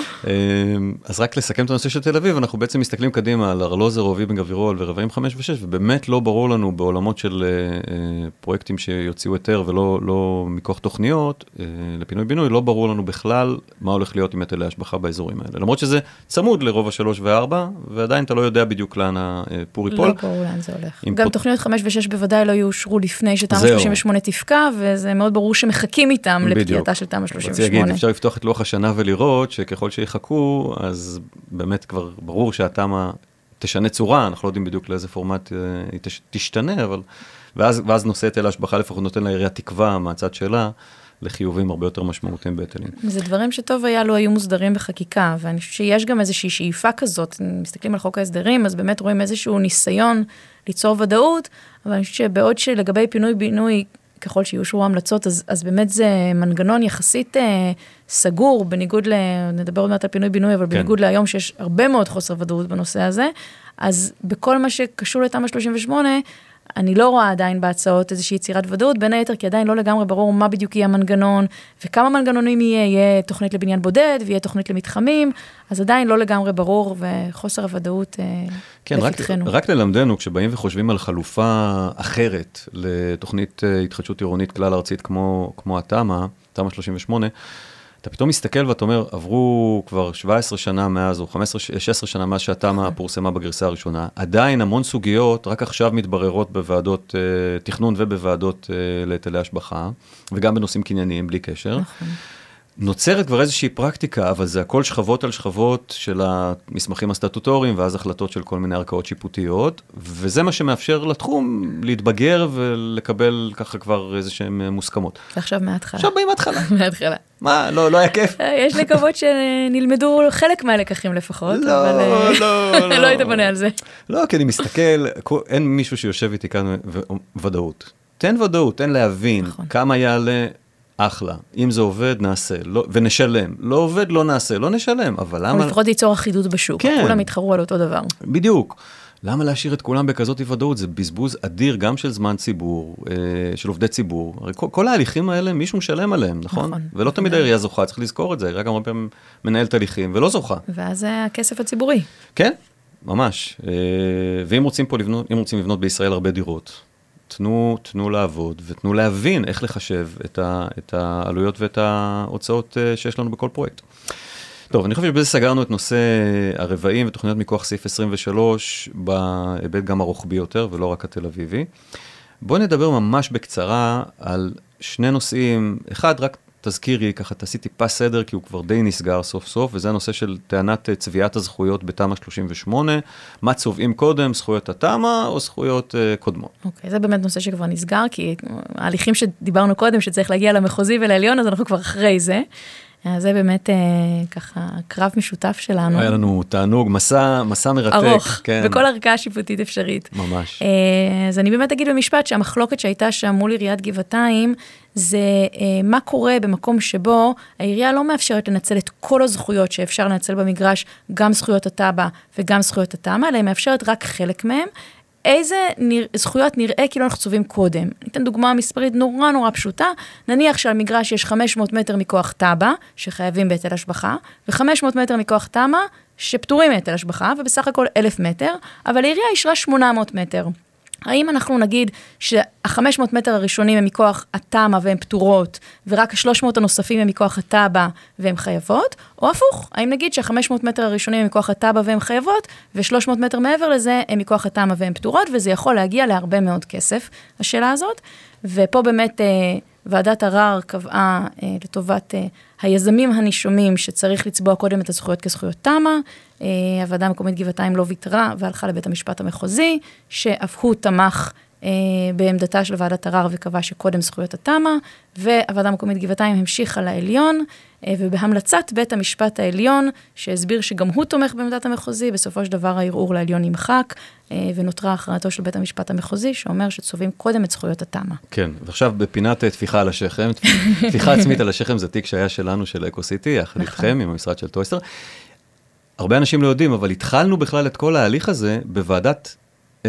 אז רק לסכם את הנושא של תל אביב, אנחנו בעצם מסתכלים קדימה על ארלוזורוב, אבן גבירול ורבעים חמש ושש, ובאמת לא ברור לנו בעולמות של פרויקטים שיוציאו היתר ולא לא מכוח תוכניות, לפינוי בינוי, לא ברור לנו בכלל מה הולך להיות עם היטלי השבחה באזורים האלה. למרות שזה צמוד לרובע שלוש וארבע, ועדיין אתה לא יודע בדיוק לאן הפור ייפול. לא ברור לאן זה הולך. גם תוכניות חמש ושש בוודאי לא יאושרו לפני שתמ"א שלושים ושמונה תפקע, וזה מאוד ברור שמחכים איתם לפקיעתה של תמ"א שלושים ושמונה. להגיד, אפשר לפתוח את לוח השנה ולראות שככל שיחכו, אז באמת כבר ברור שהתמ"א תשנה צורה, אנחנו לא יודעים בדיוק לאיזה פורמט היא תשתנה, אבל, ואז, ואז נושא היטל השבחה לפחות נותן לעירייה תקווה מהצד שלה, לחיובים הרבה יותר משמעותיים בהיטלים. זה דברים שטוב היה לו היו מוסדרים בחקיקה, ואני חושב שיש גם איזושהי שאיפה כזאת, מסתכלים על חוק ההסדרים, אז באמת רואים איזשהו ניסיון ליצור ודאות, אבל אני חושב שבעוד שלגבי פינוי-בינוי, ככל שיושרו המלצות, אז, אז באמת זה מנגנון יחסית אה, סגור, בניגוד ל... נדבר עוד מעט על פינוי-בינוי, אבל כן. בניגוד להיום שיש הרבה מאוד חוסר ודאות בנושא הזה, אז בכל מה שקשור לתמ"א שלושים ושמונה, אני לא רואה עדיין בהצעות איזושהי יצירת ודאות, בין היתר, כי עדיין לא לגמרי ברור מה בדיוק יהיה המנגנון, וכמה מנגנונים יהיה, יהיה תוכנית לבניין בודד, ויהיה תוכנית למתחמים, אז עדיין לא לגמרי ברור, וחוסר הוודאות כן, לפתחנו. רק, רק ללמדנו, כשבאים וחושבים על חלופה אחרת, לתוכנית התחדשות עירונית כלל ארצית, כמו, כמו התמ"א, תמ"א שלושים ושמונה, אתה פתאום מסתכל ואתה אומר, עברו כבר שבע עשרה שנה מאז, או חמש עשרה, שש עשרה שנה מאז שהתמ"א פורסמה בגרסה הראשונה. עדיין המון סוגיות, רק עכשיו מתבררות בוועדות אה, תכנון ובוועדות אה, להיטלי השבחה, וגם בנושאים קנייניים בלי קשר. נכון. נוצרת כבר איזושהי פרקטיקה, אבל זה הכל שכבות על שכבות של המסמכים הסטטוטוריים, ואז החלטות של כל מיני ערכאות שיפוטיות, וזה מה שמאפשר לתחום להתבגר ולקבל ככה כבר איזשהם מוסכמות. עכשיו מההתחלה. עכשיו באים מההתחלה. מההתחלה. מה? לא, לא היה כיף. יש לקוות שנלמדו חלק מהלקחים לפחות, לא, אבל לא, לא היית בנה על זה. לא, כי אני מסתכל, אין מישהו שיושב איתי כאן ודאות. תן ודאות, תן להבין כמה יעלה אחלה. אם זה עובד, נעשה, לא, ונשלם. לא עובד, לא נעשה, לא נשלם. אבל למה... או לפחות ליצור אחידות בשוק. כן. כולם יתחרו על אותו דבר. בדיוק. למה להשאיר את כולם בכזאת ודאות? זה בזבוז אדיר גם של זמן ציבור, של עובדי ציבור. הרי כל, כל ההליכים האלה, מישהו משלם עליהם, נכון? נכון. ולא תמיד העירייה זוכה, צריך לזכור את זה. העירייה גם הרבה פעמים מנהלת הליכים, ולא זוכה. ואז זה הכסף הציבורי. כן, ממש. ואם רוצים פה לבנות, אם רוצים לבנות בישראל הרבה דירות, תנו, תנו לעבוד ותנו להבין איך לחשב את, ה, את העלויות ואת ההוצאות שיש לנו בכל פרויקט. טוב, אני חושב שבזה סגרנו את נושא הרבעים ותוכניות מכוח סעיף עשרים ושלוש בהיבט גם הרוחבי יותר ולא רק התל אביבי. בואו נדבר ממש בקצרה על שני נושאים. אחד, רק תזכירי, ככה תעשי טיפה סדר, כי הוא כבר די נסגר סוף סוף, וזה הנושא של טענת צביעת הזכויות בתמ"א שלושים ושמונה, מה צובעים קודם, זכויות התמ"א או זכויות uh, קודמות. אוקיי, זה באמת נושא שכבר נסגר, כי ההליכים שדיברנו קודם, שצריך להגיע למחוזי ולעליון, אז אנחנו כבר אחרי זה. אז זה באמת ככה קרב משותף שלנו. היה לנו תענוג, מסע, מסע מרתק. ארוך, כן. בכל ערכאה שיפוטית אפשרית. ממש. אז אני באמת אגיד במשפט שהמחלוקת שהייתה שם מול עיריית גבעתיים, זה מה קורה במקום שבו העירייה לא מאפשרת לנצל את כל הזכויות שאפשר לנצל במגרש, גם זכויות הטאבע וגם זכויות התמ"א, אלא היא מאפשרת רק חלק מהם. איזה נרא... זכויות נראה כאילו אנחנו צובעים קודם. ניתן דוגמה מספרית נורא נורא פשוטה, נניח שעל מגרש יש חמש מאות מטר מכוח טאבע, שחייבים בהיטל השבחה, ו-חמש מאות מטר מכוח תמ"א, שפטורים מהיטל השבחה, ובסך הכל אלף מטר, אבל העירייה ישרה שמונה מאות מטר. האם אנחנו נגיד שה-חמש מאות מטר הראשונים הם מכוח התמ"א והן פטורות, ורק ה-שלוש מאות הנוספים הם מכוח הטאבע והן חייבות, או הפוך, האם נגיד שה-חמש מאות מטר הראשונים הם מכוח הטאבע והן חייבות, ו-שלוש מאות מטר מעבר לזה הם מכוח התמ"א והן פטורות, וזה יכול להגיע להרבה מאוד כסף, השאלה הזאת, ופה באמת אה, ועדת ערר קבעה אה, לטובת אה, היזמים הנישומים שצריך לצבוע קודם את הזכויות כזכויות תמ"א, אה, הוועדה המקומית גבעתיים לא ויתרה והלכה לבית המשפט המחוזי, שאף הוא תמך אה, בעמדתה של ועדת ערר וקבע שקודם זכויות התמ"א, והוועדה המקומית גבעתיים המשיכה לעליון, אה, ובהמלצת בית המשפט העליון, שהסביר שגם הוא תומך בעמדת המחוזי, בסופו של דבר הערעור לעליון נמחק, אה, ונותרה הכרעתו של בית המשפט המחוזי, שאומר שצובעים קודם את זכויות התמ"א. כן, ועכשיו בפינת תפיחה על השכם, תפיחה עצמית על השכם זה תיק שהיה שלנו של אקו-סיטי, יחד איתכם, עם המשרד של טויסטר. הרבה אנשים לא יודעים, אבל התחלנו בכלל את כל ההליך הזה בוועדת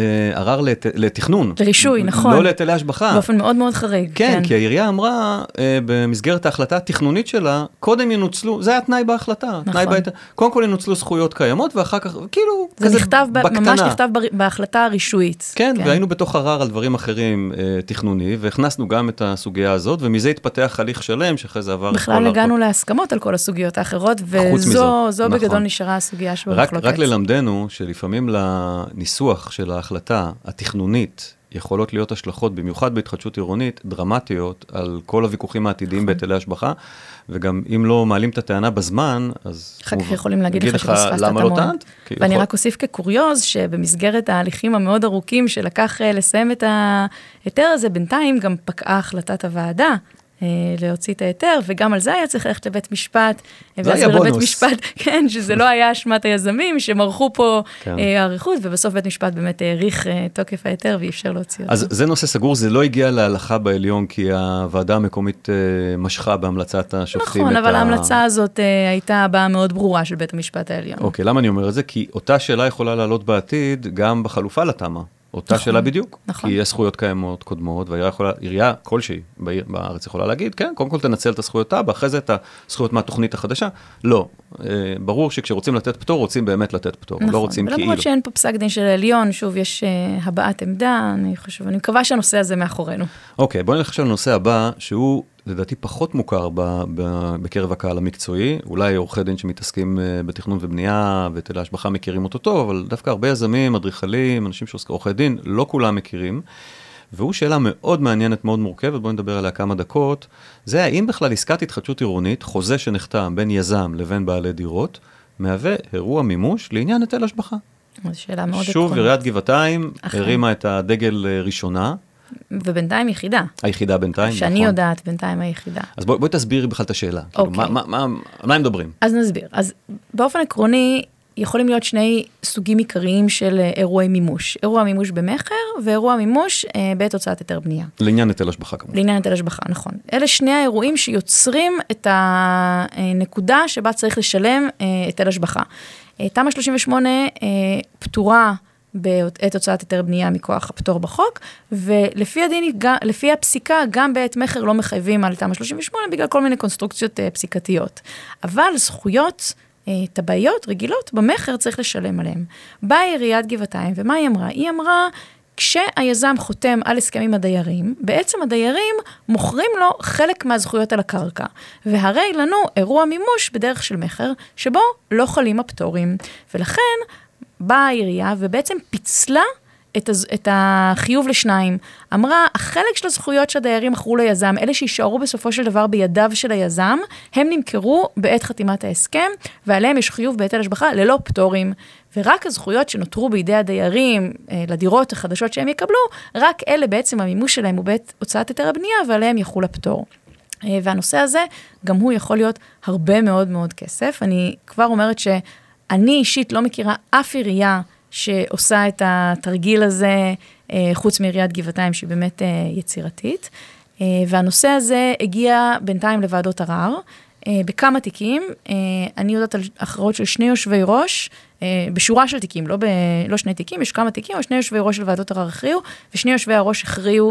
ערר לת... לתכנון. לרישוי, נכון. לא להיטלי השבחה. באופן מאוד מאוד חריג. כן, כן. כי העירייה אמרה, במסגרת ההחלטה התכנונית שלה, קודם ינוצלו, זה היה תנאי בהחלטה. נכון. תנאי בהת... קודם כל ינוצלו זכויות קיימות, ואחר כך, כאילו, זה כזה נכתב, בקטנה. ממש נכתב בהחלטה הרישויית. כן, כן, והיינו בתוך ערר על דברים אחרים תכנוני, והכנסנו גם את הסוגיה הזאת, ומזה התפתח הליך שלם, שאחרי זה עבר... בכלל הגענו להסכמות על כל הסוגיות האחרות, וזו זו נכון. בגדול נשארה הסוגיה שבמחלוקת. רק, רק ללמדנו שלפעמים לניסוח של ההחלטה התכנונית יכולות להיות השלכות, במיוחד בהתחדשות עירונית, דרמטיות על כל הוויכוחים העתידיים בהיטלי השבחה, וגם אם לא מעלים את הטענה בזמן, אז... אחר כך יכולים להגיד לך שפספסת את למה לא טענת? ואני יכול... רק אוסיף כקוריוז, שבמסגרת ההליכים המאוד ארוכים שלקח לסיים את ההיתר הזה, בינתיים גם פקעה החלטת הוועדה, להוציא את היתר, וגם על זה היה צריך ללכת לבית משפט, זה היה בונוס. לבית משפט, כן, שזה לא היה אשמת היזמים, שמרחו פה העריכות, ובסוף בית משפט באמת העריך תוקף היתר, ואפשר להוציא אותו. אז זה נושא סגור, זה לא הגיע להלכה בעליון, כי הוועדה המקומית משכה בהמלצת השופטים. נכון, אבל ההמלצה הזאת הייתה הבאה מאוד ברורה של בית המשפט העליון. אוקיי, למה אני אומר את זה? כי אותה שאלה יכולה לעלות בעתיד, גם בחלופה לתמ"א. אותה נכון, שאלה בדיוק, נכון. כי יש זכויות קיימות קודמות, והעירייה כלשהי בארץ יכולה להגיד, כן, קודם כל תנצל את הזכויות הבא, אחרי זה את הזכויות מהתוכנית החדשה. לא, ברור שכשרוצים לתת פטור, רוצים באמת לתת פטור, נכון, לא רוצים כאילו. ולמרות שאין פה פסק דין של העליון, שוב, יש uh, הבעת עמדה, אני חושב, אני מקווה שהנושא הזה מאחורינו. אוקיי, בואו נלך עכשיו לנושא הבא, שהוא לדעתי פחות מוכר ב, ב, בקרב הקהל המקצועי, אולי עורכי דין שמתעסקים בתכנון ובנייה, והיטלי השבחה מכירים אותו טוב, אבל דווקא הרבה יזמים, אדריכלים, אנשים שעוסקים עורכי דין, לא כולם מכירים, והוא שאלה מאוד מעניינת, מאוד מורכבת, בואו נדבר עליה כמה דקות, זה האם בכלל עסקת התחדשות עירונית, חוזה שנחתם בין יזם לבין בעלי דירות, מהווה אירוע מימוש לעניין היטל השבחה. זו שאלה מאוד עקרונית. שוב, עיריית גבעתיים הרימה את הדגל ראשונה, ובינתיים יחידה. היחידה בינתיים, נכון. שאני יודעת, בינתיים היחידה. אז בואי, בואי תסבירי בכלל את השאלה. אוקיי. כאילו, מה, מה, מה, מה הם מדברים? אז נסביר. אז באופן עקרוני, יכולים להיות שני סוגים עיקריים של אירועי מימוש. אירוע מימוש במחר, ואירוע מימוש אה, בעת הוצאת היתר בנייה. לעניין היטל השבחה כמובן. לעניין היטל השבחה, נכון. אלה שני האירועים שיוצרים את הנקודה שבה צריך לשלם היטל השבחה. תמ"א שלושים ושמונה אה, פטורה, בעת הוצאת היתר בנייה מכוח הפטור בחוק, ולפי הדין, לפי הפסיקה, גם בעת מחר לא מחייבים על תמ"א שלושים ושמונה, בגלל כל מיני קונסטרוקציות פסיקתיות. אבל זכויות טבעיות, רגילות, במחר צריך לשלם עליהם. באה עיריית גבעתיים, ומה היא אמרה? היא אמרה, כשהיזם חותם על הסכם עם הדיירים, בעצם הדיירים מוכרים לו חלק מהזכויות על הקרקע. והרי לנו אירוע מימוש בדרך של מחר, שבו לא חלים הפטורים. ולכן, באה העירייה ובעצם פיצלה את, הז... את החיוב לשניים. אמרה, החלק של הזכויות שהדיירים מכרו ליזם, אלה שישארו בסופו של דבר בידיו של היזם, הם נמכרו בעת חתימת ההסכם, ועליהם יש חיוב בהיטל השבחה ללא פטורים. ורק הזכויות שנותרו בידי הדיירים, לדירות החדשות שהם יקבלו, רק אלה בעצם המימוש שלהם הוא בעת הוצאת היתר הבנייה, ועליהם יחול הפטור. והנושא הזה, גם הוא יכול להיות הרבה מאוד מאוד כסף. אני כבר אומרת שאני אישית לא מכירה אף עירייה שעושה את התרגיל הזה, חוץ מעיריית גבעתיים, שהיא באמת יצירתית. והנושא הזה הגיע בינתיים לוועדות ערר, בכמה תיקים. אני יודעת על הכרעות של שני יושבי ראש, בשורה של תיקים, לא, ב, לא שני תיקים, יש כמה תיקים, או שני יושבי ראש של ועדות ערר הכריעו, ושני יושבי הראש הכריעו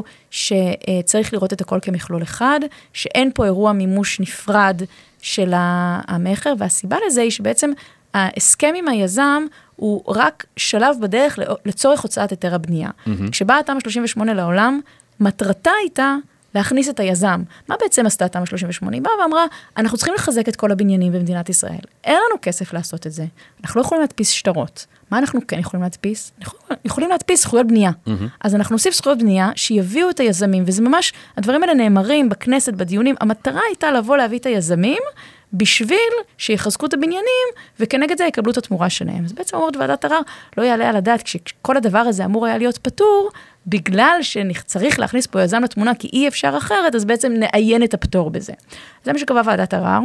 שצריך לראות את הכל כמכלול אחד, שאין פה אירוע מימוש נפרד של המחר, והסיבה לזה היא שבעצם ההסכם עם היזם הוא רק שלב בדרך לצורך הוצאת היתר הבנייה. Mm-hmm. כשבאה תמ"א שלושים ושמונה לעולם, מטרתה הייתה להכניס את היזם. מה בעצם עשתה תמ"א שלושים ושמונה? היא באה ואמרה, אנחנו צריכים לחזק את כל הבניינים במדינת ישראל. אין לנו כסף לעשות את זה. אנחנו לא יכולים להדפיס שטרות. מה אנחנו כן יכולים להדפיס? אנחנו יכולים להדפיס זכויות בנייה. Mm-hmm. אז אנחנו נוסיף זכויות בנייה שיביאו את היזמים, וזה ממש, הדברים האלה נאמרים בכנסת, בדיונים. המטרה הייתה לבוא להביא את היזמים, בשביל שיחזקו את הבניינים, וכנגד זה יקבלו את התמורה שלהם. אז בעצם אומרת ועדת ערר, לא יעלה על הדעת, כשכל הדבר הזה אמור היה להיות פטור, בגלל שצריך להכניס פה יזם לתמונה, כי אי אפשר אחרת, אז בעצם נעיין את הפטור בזה. זה מה שקבע ועדת ערר,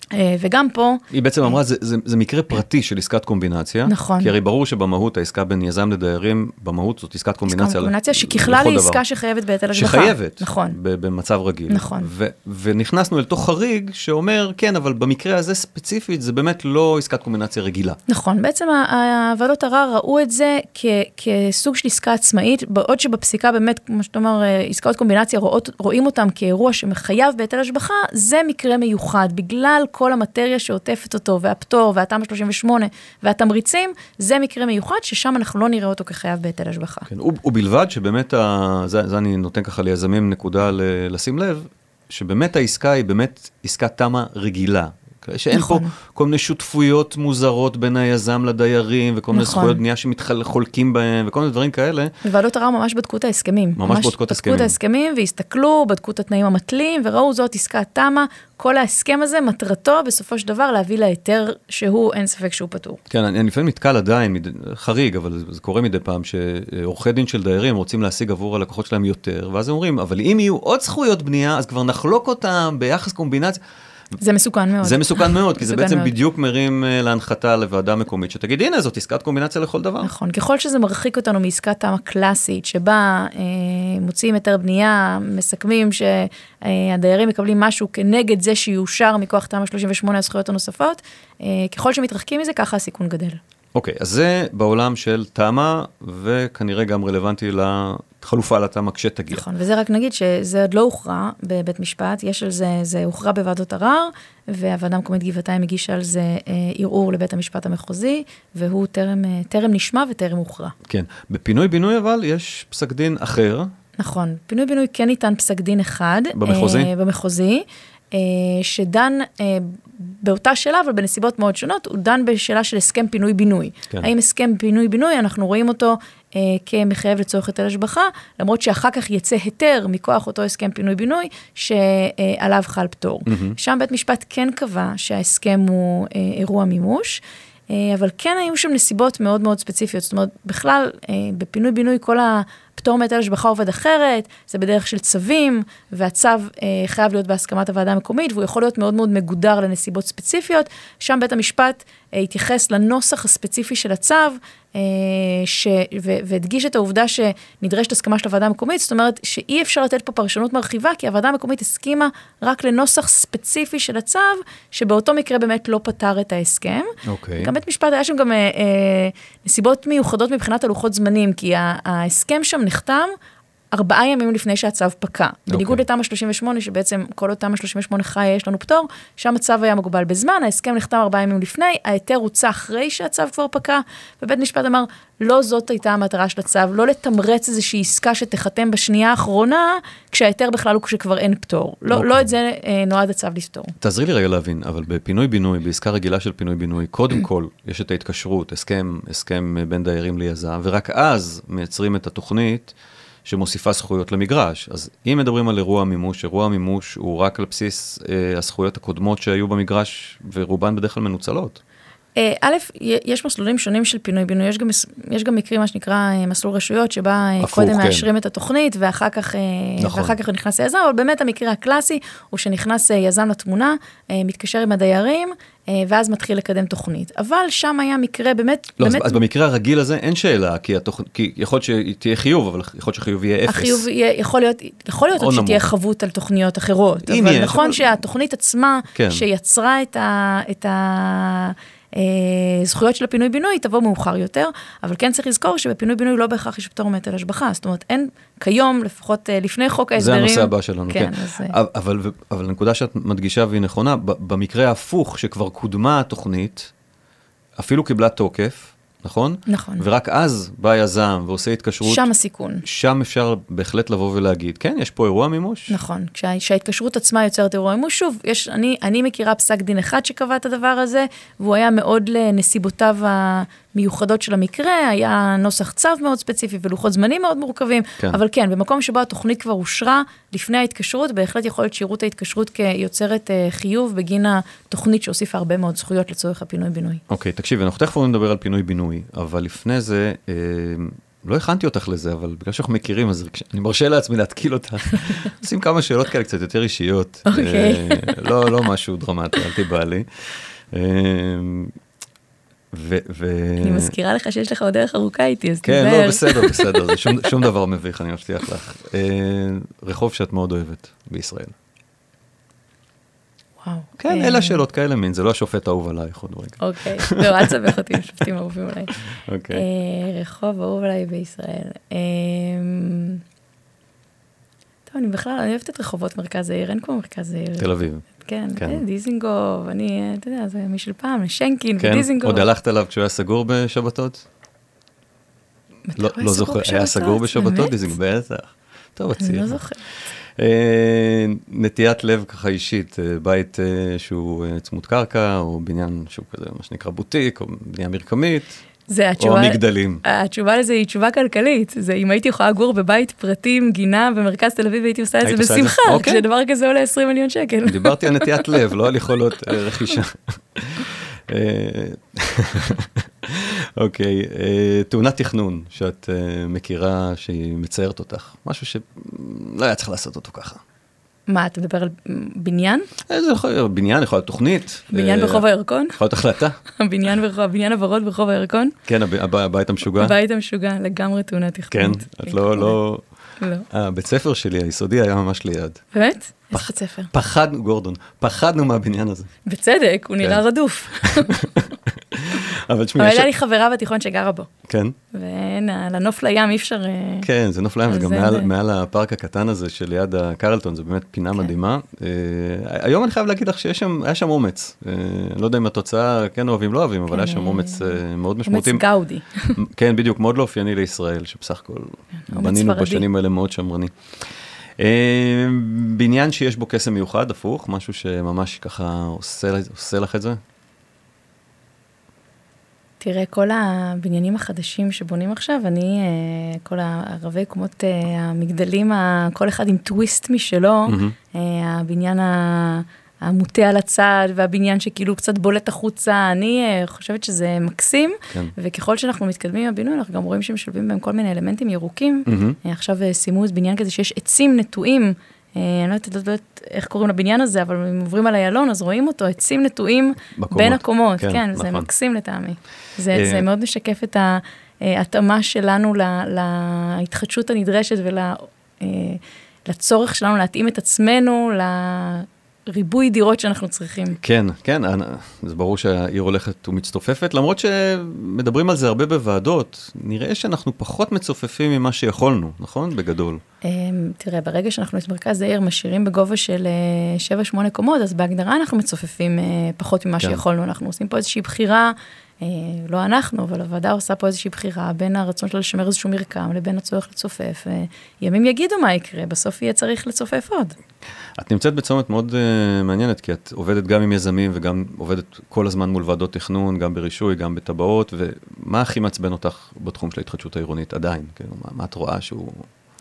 וגם פה... היא בעצם אמרה, זה, זה, זה מקרה פרטי של עסקת קומבינציה, נכון. כי הרי ברור שבמהות העסקה בין יזם לדיירים, במהות זאת עסקת קומבינציה. עסקת קומבינציה שככלל היא עסקה שחייבת בהיטל השבחה. שחייבת, נכון. במצב רגיל. נכון. ו, ונכנסנו אל תוך חריג שאומר, כן, אבל במקרה הזה ספציפית, זה באמת לא עסקת קומבינציה רגילה. נכון, בעצם הוועדות ערר ראו את זה כ, כסוג של עסקה עצמאית, בעוד שבפסיקה באמת, כמו שאתה אומר, עסקאות קומבינציה רואות, רואים אותם כאירוע שמחייב בהיטל השבחה, זה מקרה מיוחד, בגלל כל המטריה שעוטפת אותו, והפטור, והתמ"א שלושים ושמונה, והתמריצים, זה מקרה מיוחד, ששם אנחנו לא נראה אותו כחייב בהיטל השבחה. כן, ובלבד שבאמת, ה... זה, זה אני נותן ככה ליזמים נקודה ל... לשים לב, שבאמת העסקה היא באמת עסקת תמ"א רגילה. שאין נכון. פה כל מיני שותפויות מוזרות בין היזם לדיירים, וכל מיני נכון. זכויות בנייה שמתחלקים בהם, וכל מיני דברים כאלה. וועדות ערר ממש בדקו את ההסכמים. ממש, ממש בדקו את ההסכמים. בדקו את ההסכמים, והסתכלו, בדקו את התנאים המתלים, וראו זאת עסקת תמ"א, כל ההסכם הזה, מטרתו בסופו של דבר להביא להיתר שהוא, אין ספק שהוא פטור. כן, אני, אני לפעמים נתקל עדיין, חריג, אבל זה קורה מדי פעם, שעורכי דין של דיירים רוצים להשיג עבור הלקוחות שלהם יותר, ואז הם אומרים, אבל אם יהיו עוד זכויות בנייה, אז כבר נחלוק אותם ביחס קומבינציה. זה מסוכן מאוד. זה מסוכן מאוד, כי זה בעצם בדיוק מרים להנחתה לוועדה מקומית, שתגיד, הנה, זאת עסקת קומבינציה לכל דבר. נכון, ככל שזה מרחיק אותנו מעסקת תמ"א קלאסית, שבה מוציאים היתר בנייה, מסכמים שהדיירים מקבלים משהו כנגד זה שיאושר מכוח תמ"א שלושים ושמונה הזכויות הנוספות, ככל שמתרחקים מזה, ככה הסיכון גדל. אוקיי, אז זה בעולם של תמ"א, וכנראה גם רלוונטי לחלופה לתמ"א כשתגיע. נכון, וזה רק נגיד שזה עוד לא הוכרע בבית משפט, יש על זה, זה הוכרע בוועדות ערר, והוועדה המקומית גבעתיים הגישה על זה ערעור לבית המשפט המחוזי, והוא טרם, טרם נשמע וטרם הוכרע. כן, בפינוי-בינוי אבל יש פסק דין אחר. נכון, פינוי-בינוי כן ניתן פסק דין אחד. במחוזי? במחוזי. שדן באותה שאלה, אבל בנסיבות מאוד שונות, הוא דן בשאלה של הסכם פינוי-בינוי. כן. האם הסכם פינוי-בינוי, אנחנו רואים אותו אה, כמחייב לצורך היטל השבחה, למרות שאחר כך יצא היתר מכוח אותו הסכם פינוי-בינוי, שעליו חל פטור. Mm-hmm. שם בית משפט כן קבע שההסכם הוא אה, אירוע מימוש, אה, אבל כן היו שם נסיבות מאוד מאוד ספציפיות. זאת אומרת, בכלל, אה, בפינוי-בינוי כל ה... פטור מהיטל השבחה עובד אחרת, זה בדרך של צווים, והצו אה, חייב להיות בהסכמת הוועדה המקומית, והוא יכול להיות מאוד מאוד מגודר לנסיבות ספציפיות. שם בית המשפט אה, התייחס לנוסח הספציפי של הצו, אה, ש, ו, והדגיש את העובדה שנדרשת הסכמה של הוועדה המקומית, זאת אומרת שאי אפשר לתת פה פרשנות מרחיבה, כי הוועדה המקומית הסכימה רק לנוסח ספציפי של הצו, שבאותו מקרה באמת לא פתר את ההסכם. אוקיי. גם בית משפט היה שם גם אה, אה, נסיבות מיוחדות מבחינת הלוחות זמנים, כי ההסכם שם נחתם ארבעה ימים לפני שהצו פקע. Okay. בניגוד לתמ"א שלושים ושמונה, שבעצם כל אותם שלושים ושמונה חי, יש לנו פטור, שם הצו היה מוגבל בזמן, ההסכם נחתם ארבעה ימים לפני, ההיתר הוצא אחרי שהצו כבר פקע, ובית משפט אמר, לא זאת הייתה המטרה של הצו, לא לתמרץ איזושהי עסקה שתחתם בשנייה האחרונה, כשההיתר בכלל הוא כשכבר אין פטור. Okay. לא, לא את זה אה, נועד הצו לפתור. תעזרי לי רגע להבין, אבל בפינוי-בינוי, בעסקה רגילה של פינוי-בינוי, קודם כל יש את ההתקשרות, הסכם, הסכם בין דיירים ליזם, ורק אז מייצרים את התוכנית שמוסיפה זכויות למגרש. אז אם מדברים על אירוע מימוש, אירוע מימוש הוא רק על בסיס אה, הזכויות הקודמות שהיו במגרש, ורובן בדרך כלל מנוצלות. א', יש מסלולים שונים של פינוי-בינוי, יש גם, יש גם מקרים, מה שנקרא, מסלול רשויות, שבה הפוך, קודם כן. מאשרים את התוכנית, ואחר כך, נכון. ואחר כך נכנס יזם, אבל באמת המקרה הקלאסי, הוא שנכנס יזם לתמונה, מתקשר עם הדיירים, ואז מתחיל לקדם תוכנית. אבל שם היה מקרה באמת... לא, באמת... אז במקרה הרגיל הזה אין שאלה, כי, התוכ... כי יכול להיות שתהיה חיוב, אבל יכול להיות שחיוב יהיה אפס. החיוב יהיה, יכול להיות, יכול להיות שתהיה חבות על תוכניות אחרות, אבל יש, נכון אבל... שהתוכנית עצמה, כן. שיצרה את ה... את ה... זכויות של הפינוי-בינוי תבוא מאוחר יותר, אבל כן צריך לזכור שבפינוי-בינוי לא בהכרח יש פטור מהיטל השבחה, זאת אומרת, אין כיום, לפחות לפני חוק ההסדרים... זה הנושא הבא שלנו, כן. כן. אז... אבל, אבל הנקודה שאת מדגישה והיא נכונה, במקרה ההפוך שכבר קודמה התוכנית, אפילו קיבלה תוקף, נכון? נכון. ורק אז בא יזם ועושה התקשרות. שם הסיכון. שם אפשר בהחלט לבוא ולהגיד, כן, יש פה אירוע מימוש. נכון. כשה, כשההתקשרות עצמה יוצרת אירוע מימוש, שוב, יש, אני, אני מכירה פסק דין אחד שקבע את הדבר הזה, והוא היה מאוד לנסיבותיו המיוחדות של המקרה, היה נוסח צו מאוד ספציפי ולוחות זמנים מאוד מורכבים, כן. אבל כן, במקום שבו התוכנית כבר אושרה לפני ההתקשרות, בהחלט יכול להיות שירות ההתקשרות כיוצרת חיוב בגין התוכנית שהוסיפה הרבה מאוד זכויות לצורך הפינוי-בינוי. אוקיי, תקשיבי, אנחנו תכף נדבר על פינוי-בינוי, אבל לפני זה, אה, לא הכנתי אותך לזה, אבל בגלל שאנחנו מכירים, אז אני מרשה לעצמי להתקיל אותך. עושים כמה שאלות כאלה קצת יותר אישיות. אוקיי. אה, לא, לא משהו דרמטי, אל תיבא לי. אה, ו, ו... אני מזכירה לך שיש לך עוד דרך ארוכה איתי, אז כן, תדבר. כן, לא, בסדר, בסדר, זה שום, שום דבר מביך, אני מבטיח לך. אה, רחוב שאת מאוד אוהבת בישראל. וואו. כן, אלה השאלות כאלה מין, זה לא השופט האהוב עלייך עוד רגע. אוקיי, לא, אל תסבך אותי עם שופטים אהובים עליי. אוקיי. רחוב אהוב עליי בישראל. טוב, אני בכלל, אני אוהבת את רחובות מרכז העיר, אין כמו מרכז העיר. תל אביב. כן, דיזינגוף, אני, אתה יודע, זה משל פעם, שנקין ודיזינגוף. עוד הלכת עליו כשהוא היה סגור בשבתות? לא זוכר, היה סגור בשבתות דיזינגוף, בטח. טוב, הציע. אני לא זוכר. נטיית לב ככה אישית, בית שהוא צמוד קרקע, או בניין שהוא כזה, מה שנקרא בוטיק, או בנייה מרקמית, או המגדלים. התשובה לזה היא תשובה כלכלית. זה אם הייתי יכולה לגור בבית פרטים, גינה, במרכז תל אביב, הייתי עושה את זה בשמחה, כשדבר כזה עולה עשרים מיליון שקל. דיברתי על נטיית לב, לא על יכולות רכישה. אוקיי, תאונת תכנון שאת מכירה שהיא מציירת אותך, משהו שלא היה צריך לעשות אותו ככה. מה, אתה מדבר על בניין? בניין, יכול להיות תוכנית. בניין ברחוב הירקון? יכול להיות החלטה. בניין הוורוד ברחוב הירקון? כן, הבית המשוגע. הבית המשוגע, לגמרי תאונת תכנון. כן, את לא, לא... הבית ספר שלי, היסודי, היה ממש ליד. באמת? איזה בית ספר? פחדנו, גורדון, פחדנו מהבניין הזה. בצדק, הוא נראה רדוף. אבל תשמעי... אבל הייתה לי חברה בתיכון שגרה בו. כן. ולנוף לים אי אפשר... כן, זה נוף לים, וגם מעל הפארק הקטן הזה של ליד הקרלטון, זה באמת פינה מדהימה. היום אני חייב להגיד לך שהיה שם אומץ. אני לא יודע אם התוצאה כן אוהבים, לא אוהבים, אבל היה שם אומץ מאוד משמעותי. אומץ גאודי. כן, בדיוק, מאוד לא אופייני לישראל, שבסך הכל בנינו בשנים האלה מאוד שמרני. בניין שיש בו קסם מיוחד, הפוך, משהו שממש ככה עושה לך את זה? תראה, כל הבניינים החדשים שבונים עכשיו, אני, כל הרבי קומות המגדלים, כל אחד עם טוויסט משלו, הבניין המוטה על הצד, והבניין שכאילו קצת בולט החוצה, אני חושבת שזה מקסים, וככל שאנחנו מתקדמים עם הבינוי, אנחנו גם רואים שמשלבים בהם כל מיני אלמנטים ירוקים, עכשיו שימו את בניין כזה שיש עצים נטועים, אני לא יודעת איך קוראים לבניין הזה, אבל אם עוברים על איילון, אז רואים אותו, עצים נטועים בין הקומות, כן, זה מקסים לטעמי. זה מאוד משקף את ההתאמה שלנו להתחדשות הנדרשת ולצורך שלנו להתאים את עצמנו לריבוי דירות שאנחנו צריכים. כן, כן, זה ברור שהעיר הולכת ומצטופפת, למרות שמדברים על זה הרבה בוועדות, נראה שאנחנו פחות מצופפים ממה שיכולנו, נכון? בגדול. תראה, ברגע שאנחנו את מרכז העיר משאירים בגובה של שבע שמונה קומות, אז בהגדרה אנחנו מצופפים פחות ממה שיכולנו, אנחנו עושים פה איזושהי בחירה, לא אנחנו, אבל הוועדה עושה פה איזושהי בחירה, בין הרצון שלה לשמר איזשהו מרקם, לבין הצורך לצופף, ימים יגידו מה יקרה, בסוף יהיה צריך לצופף עוד. את נמצאת בצומת מאוד uh, מעניינת, כי את עובדת גם עם יזמים, וגם עובדת כל הזמן מול ועדות תכנון, גם ברישוי, גם בטבעות, ומה הכי מעצבן אותך בתחום של ההתחדשות העירונית עדיין? כאילו, מה, מה את רואה שהוא...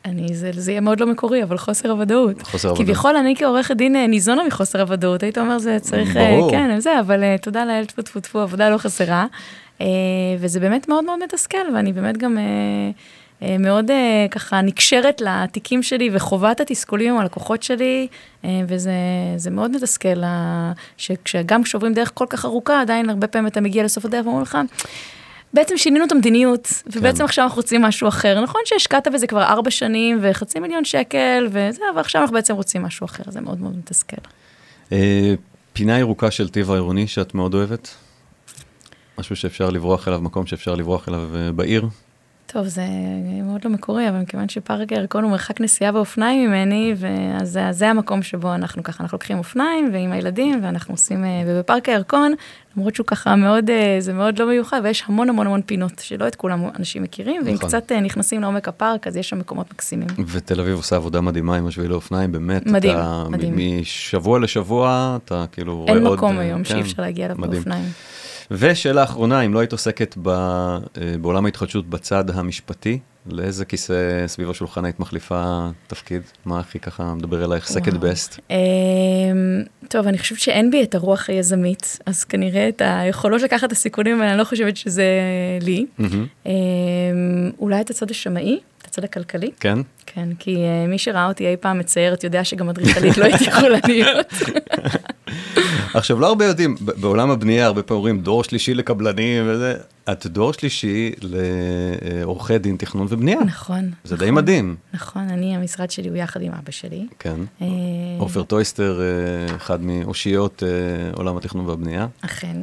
אני, זה, זה יהיה מאוד לא מקורי, אבל חוסר הוודאות. חוסר הוודאות. כביכול, אני כעורכת דין ניזונה מחוסר הוודאות, היית אומר, זה צריך, ברור. כן, זה, אבל תודה לאל, טפו טפו טפו, עבודה לא חסרה, וזה באמת מאוד מאוד מתסכל, ואני באמת גם מאוד ככה נקשרת לתיקים שלי, וחובה את התסכולים עם הלקוחות שלי, וזה זה מאוד מתסכל, שגם כשעוברים דרך כל כך ארוכה, עדיין הרבה פעמים אתה מגיע לסוף הדרך, ואומרים לך, בעצם שינינו את המדיניות, ובעצם כן. עכשיו אנחנו רוצים משהו אחר. נכון שהשקעת בזה כבר ארבע שנים, וחצי מיליון שקל, וזה, אבל עכשיו אנחנו בעצם רוצים משהו אחר, זה מאוד מאוד מתסכל. אה, פינה ירוקה של טבע עירוני שאת מאוד אוהבת? משהו שאפשר לברוח אליו, מקום שאפשר לברוח אליו בעיר? טוב, זה מאוד לא מקורי, אבל מכיוון שפארק הירקון הוא מרחק נסיעה באופניים ממני, ואז זה המקום שבו אנחנו ככה, אנחנו לוקחים אופניים ועם הילדים, ואנחנו עושים, ובפארק הירקון, למרות שהוא ככה מאוד, זה מאוד לא מיוחד, ויש המון המון המון פינות, שלא את כולם אנשים מכירים, ואם קצת נכנסים לעומק הפארק, אז יש שם מקומות מקסימים. ותל אביב עושה עבודה מדהימה עם השביל האופניים, באמת. מדהים, מדהים. משבוע לשבוע, אתה כאילו רואה עוד... אין מקום היום שאי אפשר להגיע אליו באופניים. ושאלה אחרונה, אם לא היית עוסקת בעולם ההתחדשות בצד המשפטי, לאיזה כיסא סביב השולחן היית מחליפה תפקיד? מה הכי ככה מדבר אלייך? second best? טוב, אני חושבת שאין בי את הרוח היזמית, אז כנראה את היכולות לקחת את הסיכונים, אבל אני לא חושבת שזה לי. אולי את הצד השמאי, את הצד הכלכלי. כן? כן, כי מי שראה אותי אי פעם מציירת, יודע שגם אדריכלית לא הייתי יכולה להיות. עכשיו, לא הרבה יודעים, בעולם הבנייה הרבה פעמים אומרים דור שלישי לקבלנים וזה, את דור שלישי לעורכי דין תכנון ובנייה. נכון. זה די מדהים. נכון, אני, המשרד שלי הוא יחד עם אבא שלי. כן. עופר טויסטר, אחד מאושיות עולם התכנון והבנייה. אכן.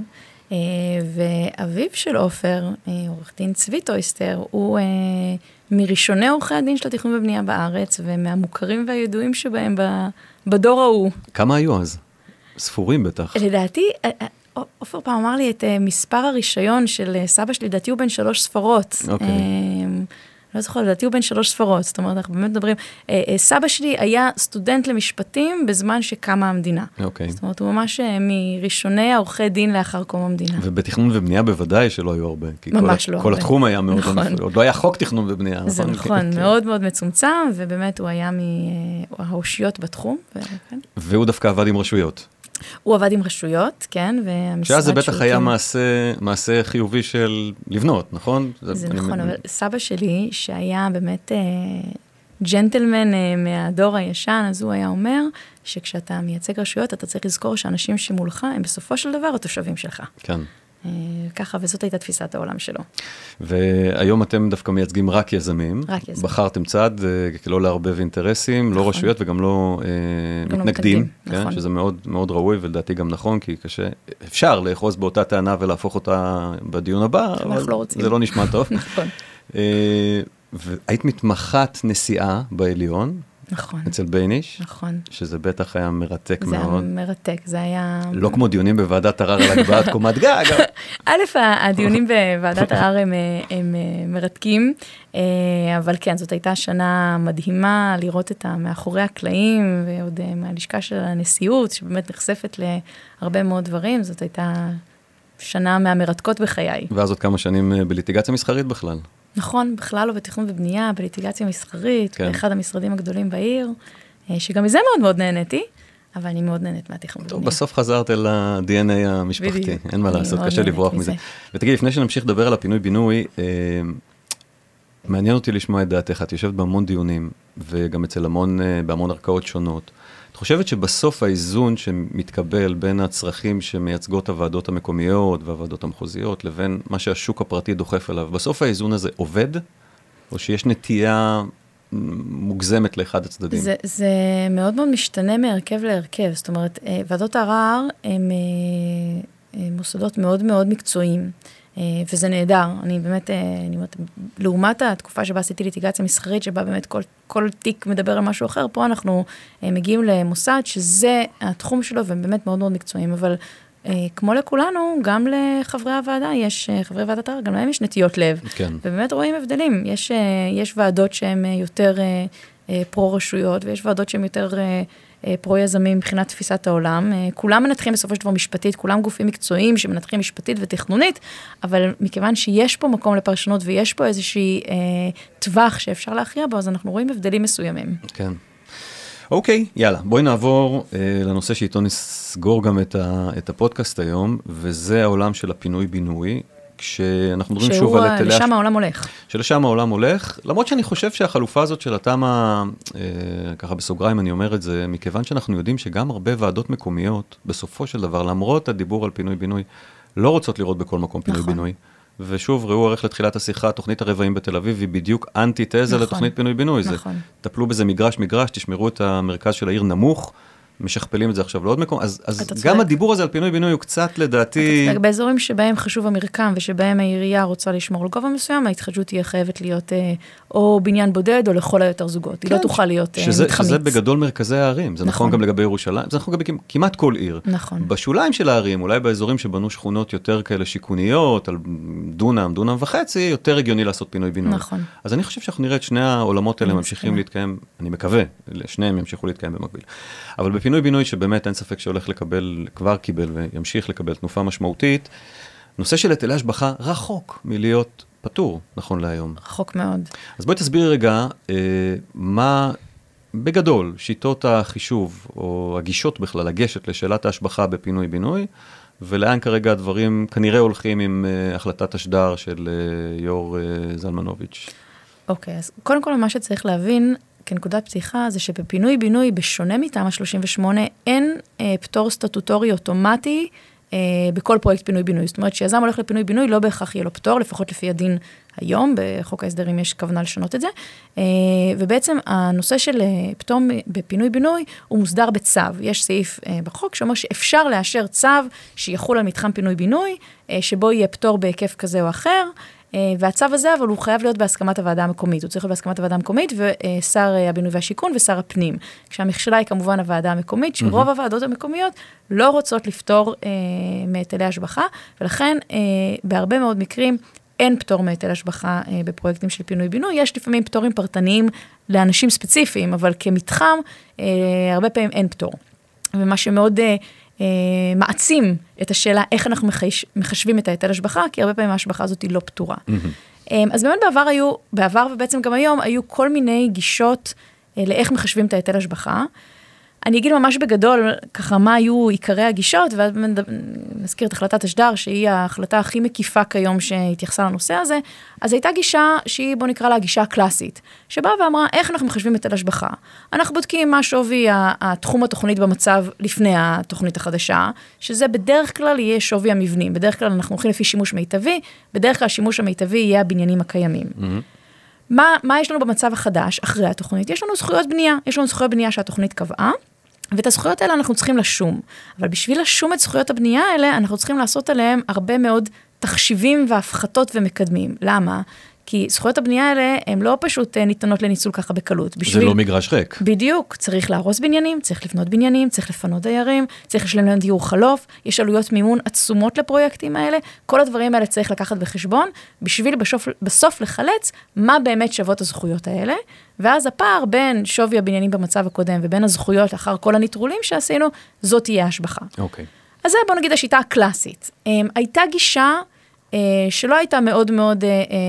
ואביו של עופר, עורך דין צבי טויסטר, הוא מראשוני עורכי הדין של התכנון ובנייה בארץ, ומהמוכרים והידועים שבהם בדור ההוא. כמה היו אז? ספורים בטח. לדעתי, עופר פעם אמר לי את מספר הרישיון של סבא שלי, לדעתי הוא בן שלוש ספרות. אוקיי. לא זוכר, לדעתי הוא בן שלוש ספרות, זאת אומרת, אנחנו באמת מדברים, סבא שלי היה סטודנט למשפטים בזמן שקמה המדינה. אוקיי. זאת אומרת, הוא ממש מראשוני העורכי דין לאחר קום המדינה. ובתכנון ובנייה בוודאי שלא היו הרבה. ממש לא הרבה. כל התחום היה מאוד, עוד לא היה חוק תכנון ובנייה. זה נכון, מאוד מאוד מצומצם, ובאמת הוא היה מהאושיות בתחום. והוא דווקא עבד עם רשויות. הוא עבד עם רשויות, כן, שאז זה בטח היה מעשה, מעשה חיובי של לבנות, נכון? זה נכון, אבל סבא שלי, שהיה באמת ג'נטלמן מהדור הישן, אז הוא היה אומר, שכשאתה מייצג רשויות, אתה צריך לזכור שאנשים שמולך, הם בסופו של דבר התושבים שלך. כן. ככה, וזאת הייתה תפיסת העולם שלו. והיום אתם דווקא מייצגים רק יזמים. רק יזמים. בחרתם צד, לא לערבב אינטרסים, לא רשויות וגם לא מתנגדים, שזה מאוד מאוד ראוי, ולדעתי גם נכון, כי קשה, אפשר לאחוז באותה טענה ולהפוך אותה בדיון הבא, אבל זה לא נשמע טוב. נכון. והיית מתמחת נסיעה בעליון, נכון. אצל בייניש. נכון. שזה בטח היה מרתק זה מאוד. זה היה מרתק, זה היה... לא כמו דיונים בוועדת ערר על הגבהת קומת גג. א', הדיונים בוועדת ערר הם, הם מרתקים, אבל כן, זאת הייתה שנה מדהימה לראות את מאחורי הקלעים, ועוד מהלשכה של הנשיאות, שבאמת נחשפת להרבה מאוד דברים, זאת הייתה שנה מהמרתקות בחיי. ואז עוד כמה שנים בליטיגציה מסחרית בכלל. נכון, בכלל לא בתכנון ובנייה, בליטיגציה מסחרית, כן. באחד המשרדים הגדולים בעיר, שגם מזה מאוד מאוד נהניתי, אבל אני מאוד נהנית מהתכנון ובנייה. בסוף חזרת אל ה-די אן איי המשפחתי, בדיוק. אין מה לעשות, קשה לברוח מזה. ותגידי, לפני שנמשיך לדבר על הפינוי-בינוי, אה, מעניין אותי לשמוע את דעתך, את יושבת בהמון דיונים, וגם אצל המון, אה, בהמון ערכאות שונות. את חושבת שבסוף האיזון שמתקבל בין הצרכים שמייצגות הוועדות המקומיות והוועדות המחוזיות, לבין מה שהשוק הפרטי דוחף אליו, בסוף האיזון הזה עובד? או שיש נטייה מוגזמת לאחד הצדדים? זה, זה מאוד מאוד משתנה מהרכב להרכב. זאת אומרת, ועדות ערר הן מוסדות מאוד מאוד מקצועיים. וזה נהדר, אני באמת, אני אומרת, לעומת התקופה שבה עשיתי ליטיגציה מסחרית, שבה באמת כל, כל תיק מדבר על משהו אחר, פה אנחנו מגיעים למוסד שזה התחום שלו, והם באמת מאוד מאוד מקצועיים, אבל כמו לכולנו, גם לחברי הוועדה, יש, חברי ועדת ערר, גם להם יש נטיות לב, כן. ובאמת רואים הבדלים, יש, יש ועדות שהן יותר פרו-רשויות, ויש ועדות שהן יותר פרו-יזמים מבחינת תפיסת העולם. כולם מנתחים בסופו של דבר משפטית, כולם גופים מקצועיים שמנתחים משפטית ותכנונית, אבל מכיוון שיש פה מקום לפרשנות ויש פה איזושהי אה, טווח שאפשר להכריע בו, אז אנחנו רואים הבדלים מסוימים. כן. אוקיי, יאללה, בואי נעבור אה, לנושא שאיתו נסגור גם את, ה, את הפודקאסט היום, וזה העולם של הפינוי-בינוי, כשאנחנו מדברים שוב על היטלי... שלשם העולם הולך. שלשם העולם הולך, למרות שאני חושב שהחלופה הזאת של התמה, אה, ככה בסוגריים אני אומר את זה, מכיוון שאנחנו יודעים שגם הרבה ועדות מקומיות, בסופו של דבר, למרות הדיבור על פינוי-בינוי, לא רוצות לראות בכל מקום פינוי-בינוי. ושוב, ראו ערך לתחילת השיחה, תוכנית הרבעים בתל אביב היא בדיוק אנטי-תזה נכון, לתוכנית פינוי-בינוי. נכון. זה, טפלו בזה מגרש-מגרש, תשמרו את המרכז של העיר נמוך, משכפלים את זה עכשיו לעוד מקום, אז, אז גם הדיבור הזה על פינוי-בינוי הוא קצת לדעתי... אתה צודק, באזורים שבהם חשוב המרקם ושבהם העירייה רוצה לשמור לגובה מסוים, ההתחדשות תהיה חייבת להיות אה, או בניין בודד או לכל היותר זוגות, כן. היא לא תוכל להיות שזה, אה, מתחמיץ. שזה בגדול מרכזי הערים, זה נכון, נכון גם לגבי ירושלים, זה נכון גם כמעט כל עיר. נכון. בשוליים של הערים, אולי באזורים שבנו שכונות יותר כאלה שיכוניות, על דונם, דונם וחצי, יותר הגיוני לעשות פינוי-בינוי. נכון. אז אני חושב שאנחנו נראה את שני העולמות האלה ממשיכים להתקיים, אני מקווה, שניהם ימשיכו להתקיים במקביל. אבל בפינוי-בינוי שבאמת אין ספק שהולך לקבל, כבר קיבל וימשיך לקבל תנופה משמעותית, נושא של היטלי השבחה רחוק מלהיות פטור, נכון להיום. רחוק מאוד. אז בואי תסבירי רגע, אה, מה בגדול שיטות החישוב, או הגישות בכלל, לגשת לשאלת ההשבחה בפינוי-בינוי, ולאן כרגע הדברים כנראה הולכים עם אה, החלטת השדר של אה, יור אה, זלמנוביץ'. אוקיי, אז קודם כל מה שצריך להבין, כנקודת פתיחה, זה שבפינוי-בינוי, בשונה מתמ"א שלושים ושמונה, אין אה, פטור סטטוטורי אוטומטי אה, בכל פרויקט פינוי-בינוי. זאת אומרת, שיזם הולך לפינוי-בינוי, לא בהכרח יהיה לו פטור, לפחות לפי הדין היום, בחוק ההסדרים יש כוונה לשנות את זה. אה, ובעצם הנושא של אה, פטור בפינוי-בינוי, הוא מוסדר בצו. יש סעיף אה, בחוק שאומר שאפשר לאשר צו שיחול על מתחם פינוי-בינוי, אה, שבו יהיה פטור בהיקף כזה או אחר, והצו הזה, אבל הוא חייב להיות בהסכמת הוועדה המקומית. הוא צריך להיות בהסכמת הוועדה המקומית, ושר הבינוי והשיכון ושר הפנים. כשהמכשלה היא כמובן הוועדה המקומית, שרוב הוועדות המקומיות לא רוצות לפטור מהיטלי השבחה, ולכן בהרבה מאוד מקרים אין פטור מהיטל השבחה בפרויקטים של פינוי-בינוי. יש לפעמים פטורים פרטניים לאנשים ספציפיים, אבל כמתחם, הרבה פעמים אין פטור. ומה שמאוד מעצים את השאלה איך אנחנו מחשבים את היטל השבחה, כי הרבה פעמים ההשבחה הזאת היא לא פטורה. אז באמת בעבר היו, בעבר ובעצם גם היום, היו כל מיני גישות לאיך מחשבים את היטל השבחה. אני אגיד ממש בגדול, ככה מה היו עיקרי הגישות, ואז נזכיר את החלטת השדר, שהיא ההחלטה הכי מקיפה כיום שהתייחסה לנושא הזה, אז הייתה גישה שהיא, בוא נקרא לה הגישה הקלאסית, שבאה ואמרה, איך אנחנו מחשבים את ההשבחה? אנחנו בודקים מה שווי התחום התוכנית במצב לפני התוכנית החדשה, שזה בדרך כלל יהיה שווי המבנים, בדרך כלל אנחנו הולכים לפי שימוש מיטבי, בדרך כלל השימוש המיטבי יהיה הבניינים הקיימים. מה, מה יש לנו במצב החדש, אחרי התוכנית? יש לנו זכויות בנייה, יש לנו זכויות בנייה שהתוכנית קבעה, ואת הזכויות האלה אנחנו צריכים לשום. אבל בשביל לשום את זכויות הבנייה האלה, אנחנו צריכים לעשות עליהם הרבה מאוד תחשיבים והפחתות ומקדמים. למה? כי זכויות הבנייה האלה, הן לא פשוט ניתנות לניצול ככה בקלות. בשביל... זה לא מגרש ריק. בדיוק. צריך להרוס בניינים, צריך לפנות בניינים, צריך לפנות דיירים, צריך לשלם להם דיור חלוף, יש עלויות מימון עצומות לפרויקטים האלה, כל הדברים האלה צריך לקחת בחשבון, בשביל בסוף, בסוף לחלץ מה באמת שוות הזכויות האלה, ואז הפער בין שווי הבניינים במצב הקודם, ובין הזכויות לאחר כל הניטרולים שעשינו, זאת תהיה השבחה. אוקיי. אז זה בוא נגיד השיטה הקלאסית. הייתה גישה שלא הייתה מאוד מאוד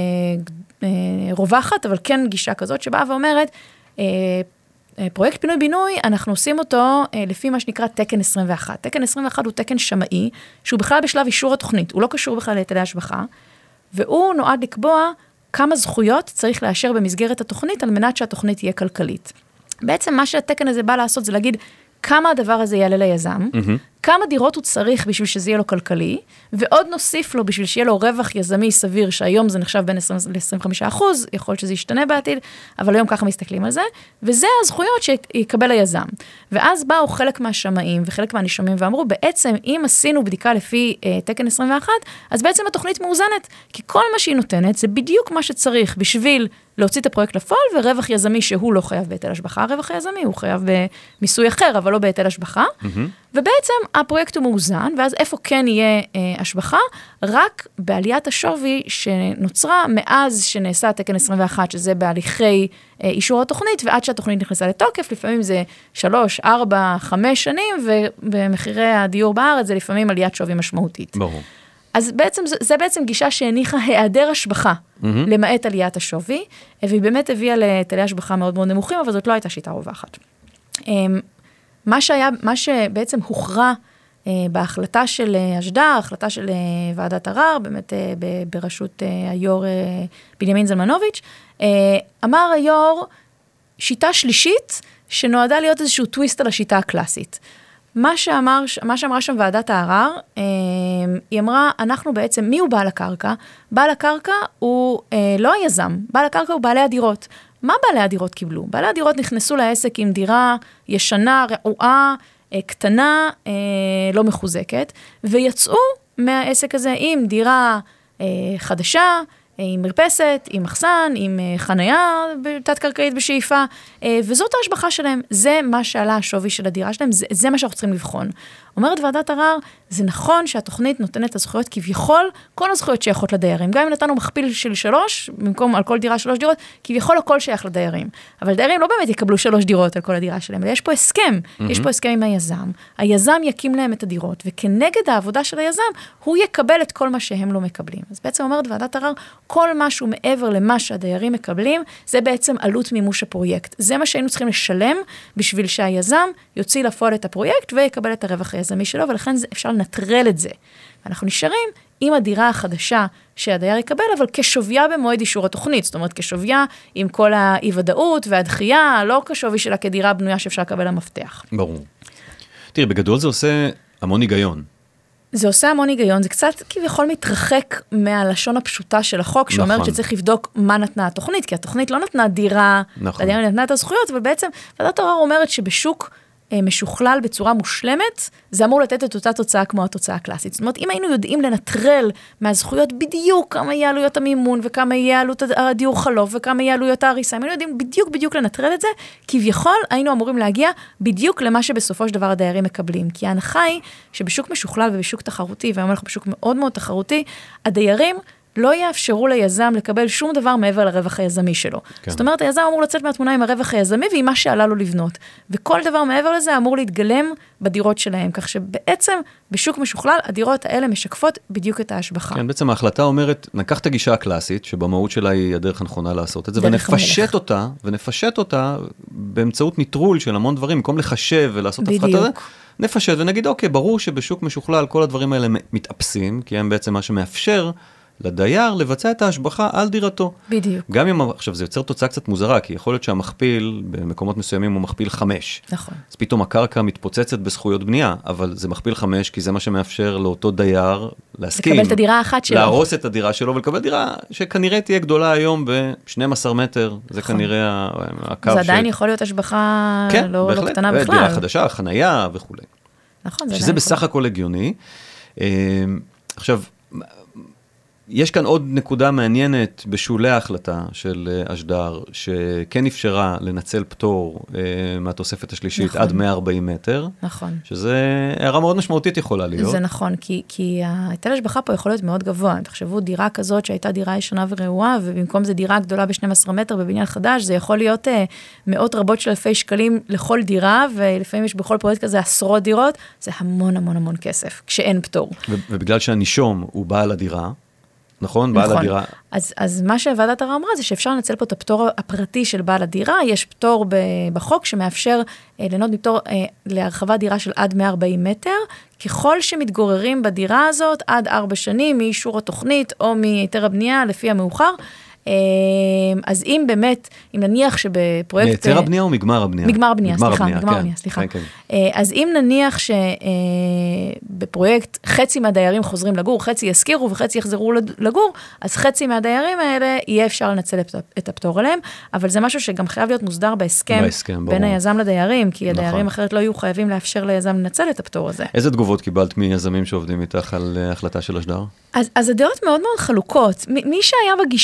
רווחת, אבל כן גישה כזאת שבאה ואומרת, פרויקט פינוי-בינוי, אנחנו עושים אותו לפי מה שנקרא תקן עשרים ואחת. תקן עשרים ואחת הוא תקן שמאי, שהוא בכלל בשלב אישור התוכנית, הוא לא קשור בכלל להיטלי השבחה, והוא נועד לקבוע כמה זכויות צריך לאשר במסגרת התוכנית, על מנת שהתוכנית תהיה כלכלית. בעצם מה שהתקן הזה בא לעשות, זה להגיד, כמה הדבר הזה יעלה ליזם, mm-hmm. כמה דירות הוא צריך בשביל שזה יהיה לו כלכלי, ועוד נוסיף לו בשביל שיהיה לו רווח יזמי סביר, שהיום זה נחשב בין עשרים ל-עשרים וחמישה אחוז, יכול להיות שזה ישתנה בעתיד, אבל היום ככה מסתכלים על זה, וזה הזכויות שיקבל היזם. ואז באו חלק מהשמאים וחלק מהנישומים ואמרו, בעצם אם עשינו בדיקה לפי אה, תקן עשרים ואחת, אז בעצם התוכנית מאוזנת, כי כל מה שהיא נותנת זה בדיוק מה שצריך בשביל להוציא את הפרויקט לפועל, ורווח יזמי שהוא לא חייב בהיטל השבחה, הרווח היזמי הוא חייב במיסוי אחר, אבל לא בהיטל השבחה, mm-hmm. ובעצם הפרויקט הוא מאוזן, ואז איפה כן יהיה אה, השבחה? רק בעליית השווי שנוצרה מאז שנעשה התקן עשרים ואחת, שזה בהליכי אה, אישור התוכנית, ועד שהתוכנית נכנסה לתוקף, לפעמים זה שלוש, ארבע, חמש שנים, ובמחירי הדיור בארץ זה לפעמים עליית שווי משמעותית. ברור. אז בעצם, זה בעצם גישה שהניחה היעדר השבחה, mm-hmm. למעט עליית השווי, והיא באמת הביאה לתלי השבחה מאוד מאוד נמוכים, אבל זאת לא הייתה שיטה רווחת. מה שהיה, מה שבעצם הוכרע בהחלטה של אשדר, החלטה של ועדת ערר, באמת בראשות היו"ר בנימין זלמנוביץ', אמר היו"ר, שיטה שלישית, שנועדה להיות איזשהו טוויסט על השיטה הקלאסית. מה שאמר, מה שאמרה שם ועדת הערר, היא אמרה, אנחנו בעצם, מי הוא בעל הקרקע? בעל הקרקע הוא לא היזם, בעל הקרקע הוא בעלי הדירות. מה בעלי הדירות קיבלו? בעלי הדירות נכנסו לעסק עם דירה ישנה, רעועה, קטנה, לא מחוזקת, ויצאו מהעסק הזה עם דירה חדשה, עם מרפסת, עם מחסן, עם חנייה תת-קרקעית בשאיפה, וזאת ההשבחה שלהם. זה מה שעלה השווי של הדירה שלהם, זה, זה מה שאנחנו צריכים לבחון. אומרת ועדת ערר, זה נכון שהתוכנית נותנת את הזכויות כביכול, כל הזכויות שייכות לדיירים. גם אם נתנו מכפיל של שלוש, במקום על כל דירה שלוש דירות, כביכול הכל שייך לדיירים. אבל דיירים לא באמת יקבלו שלוש דירות על כל הדירה שלהם, אלא יש פה הסכם, mm-hmm. יש פה הסכם עם היזם, היזם יקים להם את הדירות, וכנגד העבודה של היזם, הוא יקבל את כל מה שהם לא מקבלים. אז בעצם אומרת ועדת ערר, כל משהו מעבר למה שהדיירים מקבלים, זה בעצם עלות מימוש הפרויקט. זה מה שהיינו צריכים לשלם, בשביל שהיזם יוציא לפועל את הפרויקט, ויקבל את הרווח היזמי שלו, ולכן אפשר לנטרל את זה. ואנחנו נשארים עם הדירה החדשה שהדייר יקבל, אבל כשוויה במועד אישור התוכנית, זאת אומרת, כשוויה עם כל האי-ודאות והדחייה, לא כשווי שלה כדירה בנויה שאפשר לקבל למפתח. ברור. תראי, בגדול זה עושה המון היגיון. זה עושה המון היגיון, זה קצת כביכול מתרחק מהלשון הפשוטה של החוק, שאומרת נכון. שצריך לבדוק מה נתנה התוכנית, כי התוכנית לא נתנה דירה, נכון. לדירה נתנה את הזכויות, אבל בעצם ועדת ערר אומרת שבשוק משוכלל בצורה מושלמת, זה אמור לתת את אותה תוצאה כמו התוצאה הקלאסית. זאת אומרת, אם היינו יודעים לנטרל מהזכויות בדיוק כמה יהיה עלויות המימון, וכמה יהיה עלות הדיור חלוף, וכמה יהיה עלויות ההריסה, אם היינו יודעים בדיוק בדיוק לנטרל את זה, כביכול היינו אמורים להגיע בדיוק למה שבסופו של דבר הדיירים מקבלים. כי ההנחה היא שבשוק משוכלל ובשוק תחרותי, והיום אנחנו בשוק מאוד מאוד תחרותי, הדיירים לא יאפשרו ליזם לקבל שום דבר מעבר לרווח היזמי שלו. כן. זאת אומרת, היזם אמור לצאת מהתמונה עם הרווח היזמי, ועם מה שעלה לו לבנות. וכל דבר מעבר לזה אמור להתגלם בדירות שלהם, כך שבעצם בשוק משוכלל, הדירות האלה משקפות בדיוק את ההשבחה. כן, בעצם ההחלטה אומרת, נקח את הגישה הקלאסית, שבמהות שלה היא הדרך הנכונה לעשות את זה, ונפשט אותה, ונפשט אותה באמצעות ניטרול של המון דברים, במקום לחשב ולעשות הפחת הזה, נפשט ונגיד, אוקיי, ברור שבשוק משוכלל כל הדברים האלה מתאפסים, כי הם בעצם מה שמאפשר לדייר לבצע את ההשבחה על דירתו. בדיוק. גם אם, עכשיו זה יוצר תוצאה קצת מוזרה, כי יכול להיות שהמכפיל במקומות מסוימים הוא מכפיל חמש. נכון. אז פתאום הקרקע מתפוצצת בזכויות בנייה, אבל זה מכפיל חמש, כי זה מה שמאפשר לאותו דייר להסכים. לקבל את הדירה האחת שלו. להרוס את הדירה שלו ולקבל דירה שכנראה תהיה גדולה היום ב-שנים עשר מטר. זה נכון. כנראה הקו זה עדיין ש... יכול להיות השבחה כן, לא, לא קטנה בכלל. דירה חדשה, חנייה וכו'. נכון, זה שזה בסך הכל הגיוני. עכשיו, יש כאן עוד נקודה מעניינת בשולי ההחלטה של אשדר, שכן אפשרה לנצל פטור אה, מהתוספת השלישית נכון. עד מאה וארבעים מטר. נכון. שזה הערה מאוד משמעותית יכולה להיות. זה נכון, כי, כי היטל השבחה פה יכול להיות מאוד גבוה. תחשבו, דירה כזאת שהייתה דירה ישנה ורעועה, ובמקום זה דירה גדולה ב-שנים עשר מטר בבניין חדש, זה יכול להיות אה, מאות רבות של אלפי שקלים לכל דירה, ולפעמים יש בכל פרויקט כזה עשרות דירות, זה המון המון המון כסף, כשאין פטור. ו- ובגלל שהנישום הוא בעל הדירה, נכון? בעל נכון. הדירה. אז, אז מה שוועדת ערר אמרה זה שאפשר לנצל פה את הפטור הפרטי של בעל הדירה, יש פטור ב, בחוק שמאפשר אה, ליהנות מפטור אה, להרחבת דירה של עד מאה וארבעים מטר, ככל שמתגוררים בדירה הזאת עד ארבע שנים מאישור התוכנית או מהיתר הבנייה לפי המאוחר, אז אם באמת, אם נניח שבפרויקט... מהיתר הבנייה או מגמר הבנייה? מגמר הבנייה, סליחה, מגמר הבנייה, סליחה. אז אם נניח שבפרויקט חצי מהדיירים חוזרים לגור, חצי יזכירו וחצי יחזרו לגור, אז חצי מהדיירים האלה יהיה אפשר לנצל את הפטור עליהם, אבל זה משהו שגם חייב להיות מוסדר בהסכם בין היזם לדיירים, כי הדיירים אחרת לא יהיו חייבים לאפשר ליזם לנצל את הפטור הזה. איזה תגובות קיבלת מיזמים שעובדים איתך על החלטה של אשדר? אז, אז הדעות מאוד מאוד חלוקות. מי שהיה בגישה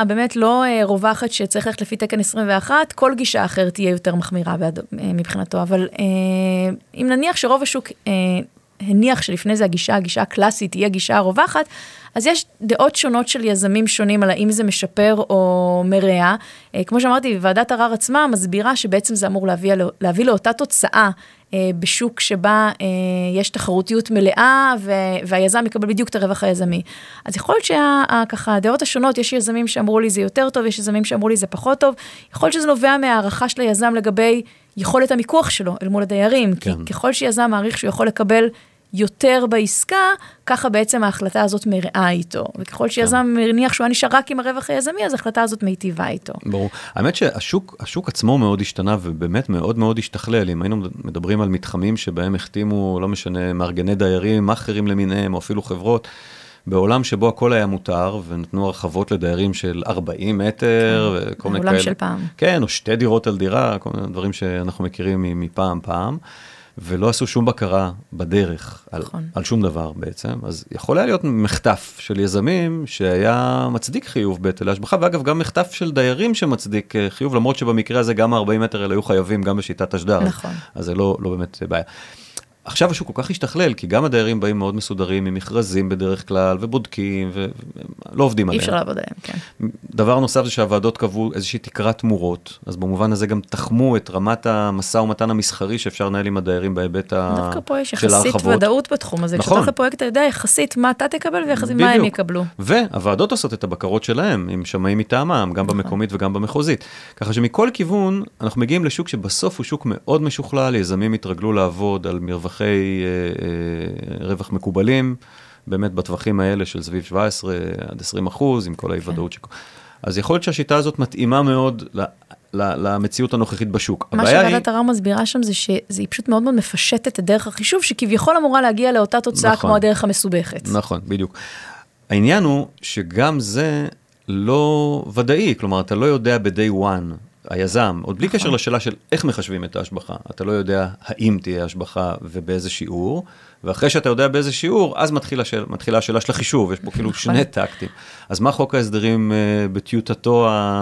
באמת לא רווחת שצריך ללכת לפי תקן עשרים ואחת, כל גישה אחרת תהיה יותר מחמירה מבחינתו, אבל אם נניח שרוב השוק הניח שלפני זה הגישה, הגישה הקלאסית תהיה גישה הרווחת, אז יש דעות שונות של יזמים שונים על האם זה משפר או מרע. כמו שאמרתי, ועדת ערר עצמה מסבירה שבעצם זה אמור להביא, להביא לאותה תוצאה בשוק שבה יש תחרותיות מלאה, והיזם יקבל בדיוק את הרווח היזמי. אז יכול להיות שככה, הדעות השונות, יש יזמים שאמרו לי זה יותר טוב, יש יזמים שאמרו לי זה פחות טוב, יכול להיות שזה נובע מהערכה של היזם לגבי יכולת המיקוח שלו אל מול הדיירים, כן. כי ככל שיזם מעריך שהוא יכול לקבל יותר בעסקה, ככה בעצם ההחלטה הזאת מראה איתו. וככל שיזם מניח שהוא נשאר רק עם הרווח היזמי, אז ההחלטה הזאת מיטיבה איתו. ברור. האמת שהשוק, השוק עצמו מאוד השתנה, ובאמת מאוד מאוד השתכלל. אם היינו מדברים על מתחמים שבהם החתימו, לא משנה, מארגני דיירים, מאחרים למיניהם, או אפילו חברות, בעולם שבו הכל היה מותר, ונתנו הרחבות לדיירים של ארבעים מטר, כן. וכל מיני כאלה. העולם של פעם. כן, או שתי דירות על דירה, כל מיני דברים שאנחנו מכירים מפעם פעם. ולא עשו שום בקרה בדרך על, נכון. על שום דבר בעצם, אז יכול היה להיות מחטף של יזמים שהיה מצדיק חיוב בהיטלי השבחה, ואגב גם מחטף של דיירים שמצדיק חיוב, למרות שבמקרה הזה גם ה-ארבעים מטר האלה היו חייבים גם בשיטת השדר, נכון. אז זה לא, לא באמת בעיה. עכשיו השוק כל כך השתכלל, כי גם הדיירים באים מאוד מסודרים, עם מכרזים בדרך כלל, ובודקים, ולא עובדים עליהם. אי אפשר לעבוד עליהם, כן. דבר נוסף זה שהוועדות קבעו איזושהי תקרת תמורות, אז במובן הזה גם תחמו את רמת המשא ומתן המסחרי, שאפשר לנהל עם הדיירים בהיבט של ההרחבות. דווקא פה יש יחסית ודאות בתחום הזה, כשאתה הולך לפרויקט, אתה יודע יחסית מה אתה תקבל, ויחסית מה הם יקבלו. והוועדות עושות את הבקרות שלהם, עם שמאים מטעמם, גם במקומית וגם במחוזית. ככה שמכל כיוון, אנחנו מגיעים לשוק שבסוף הוא שוק מאוד משוכלל, יזמים התרגלו לעבוד על מרווחי רווח מקובלים, באמת בטווחים האלה של סביב שבע עשרה עד עשרים אחוז, עם כל האי-ודאות שכל. אז יכול להיות שהשיטה הזאת מתאימה מאוד למציאות הנוכחית בשוק. מה שוועדת ערר מסבירה שם זה שזה פשוט מאוד מאוד מפשט את הדרך החישוב, שכביכול אמורה להגיע לאותה תוצאה כמו הדרך המסובכת. נכון, בדיוק. העניין הוא שגם זה לא ודאי, כלומר, אתה לא יודע ב-day one, היזם, עוד בלי קשר לשאלה של איך מחשבים את ההשבחה, אתה לא יודע האם תהיה השבחה ובאיזה שיעור, ואחרי שאתה יודע באיזה שיעור, אז מתחילה, השאל, מתחילה השאלה של החישוב, יש פה כאילו שני טקטים. אז מה חוק ההסדרים בטיוטתו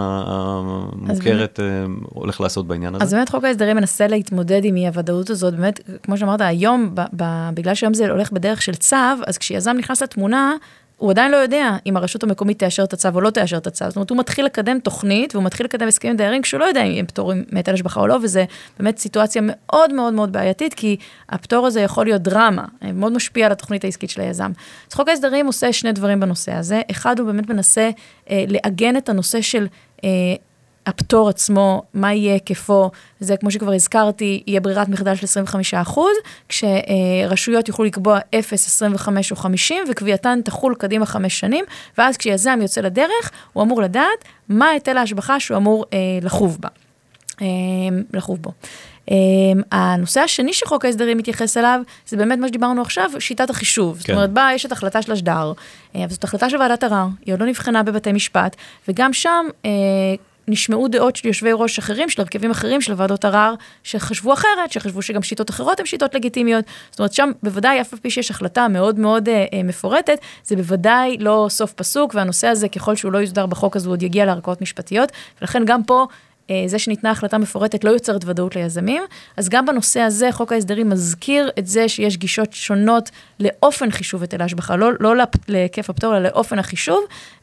המוכרת הולך לעשות בעניין הזה? אז באמת חוק ההסדרים מנסה להתמודד עם הוודאות הזאת, באמת, כמו שאמרת, היום, בגלל שהיום זה הולך בדרך של צו, אז כשיזם נכנס לתמונה, הוא עדיין לא יודע אם הרשות המקומית תאשר את הצו או לא תאשר את הצו. זאת אומרת, הוא מתחיל לקדם תוכנית, והוא מתחיל לקדם הסכמים דיירים, כשהוא לא יודע אם הם פטורים מהיטל השבחה או לא, וזה באמת סיטואציה מאוד מאוד מאוד בעייתית, כי הפטור הזה יכול להיות דרמה, מאוד משפיע על התוכנית העסקית של היזם. אז חוק ההסדרים עושה שני דברים בנושא הזה. אחד, הוא באמת מנסה אה, לעגן את הנושא של אה, הפטור עצמו, מה יהיה היקפו, זה כמו שכבר הזכרתי, יהיה ברירת מחדל של עשרים וחמישה אחוז, כשרשויות יוכלו לקבוע אפס, עשרים וחמש או חמישים, וקביעתן תחול קדימה חמש שנים, ואז כשיזם יוצא לדרך, הוא אמור לדעת מה היטל ההשבחה שהוא אמור אה, לחוב בה. אה, לחוב בו. Um, הנושא השני שחוק ההסדרים מתייחס אליו, זה באמת מה שדיברנו עכשיו, שיטת החישוב. כן. זאת אומרת, בה יש את החלטה של השדר, uh, זאת החלטה של ועדת ערר, היא עוד לא נבחנה בבתי משפט, וגם שם uh, נשמעו דעות של יושבי ראש אחרים, של הרכבים אחרים, של ועדות ערר, שחשבו אחרת, שחשבו שגם שיטות אחרות הן שיטות לגיטימיות. זאת אומרת, שם בוודאי, אף פי שיש החלטה מאוד מאוד uh, מפורטת, זה בוודאי לא סוף פסוק, והנושא הזה, ככל שהוא לא יוסדר בחוק, אז הוא עוד יגיע לערכאות משפטיות, ולכן גם פה, זה שניתנה החלטה מפורטת לא יוצרת ודאות ליזמים, אז גם בנושא הזה חוק ההסדרים מזכיר את זה שיש גישות שונות לאופן חישוב היטל ההשבחה, לא, לא להיקף הפטור, אלא לאופן החישוב,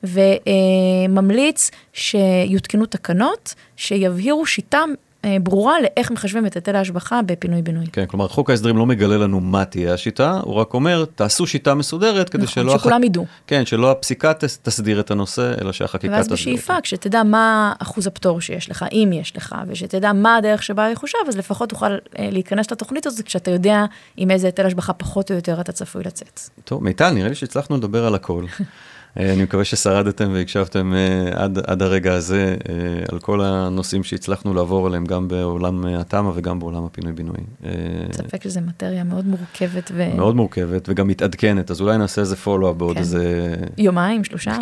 וממליץ שיותקנו תקנות שיבהירו שיטה ברורה לאיך מחשבים את היטל ההשבחה בפינוי-בינוי. כן, כלומר, חוק ההסדרים לא מגלה לנו מה תהיה השיטה, הוא רק אומר, תעשו שיטה מסודרת, כדי נכון, שלא... שכולם ידעו. כן, שלא הפסיקה תסדיר את הנושא, אלא שהחקיקה ואז תסדיר. בשאיפה, כשתדע מה אחוז הפטור שיש לך, אם יש לך, ושתדע מה הדרך שבה יחושב, אז לפחות תוכל להיכנס לתוכנית הזאת, כשאתה יודע עם איזה היטל השבחה פחות או יותר אתה צפוי לצאת. טוב, מיטל, נראה לי שהצלחנו לדבר על הכל. אני מקווה ששרדתם והקשבתם עד, עד הרגע הזה על כל הנושאים שהצלחנו לעבור עליהם, גם בעולם התמ"א וגם בעולם הפינוי-בינוי. ספק שזה מטריה מאוד מורכבת. ו... מאוד מורכבת וגם מתעדכנת, אז אולי נעשה איזה פולו-אפ בעוד כן. איזה... יומיים, שלושה.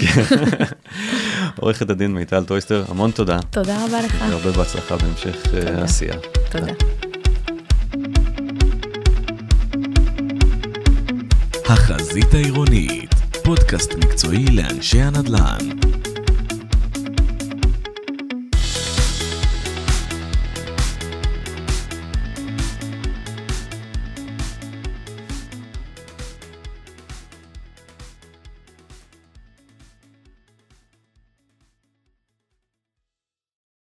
עורכת הדין מיטל טויסטר, המון תודה. תודה רבה לך. והרבה בהצלחה בהמשך העשייה. תודה. החזית העירונית, פודקאסט מקצועי לאנשי הנדל"ן.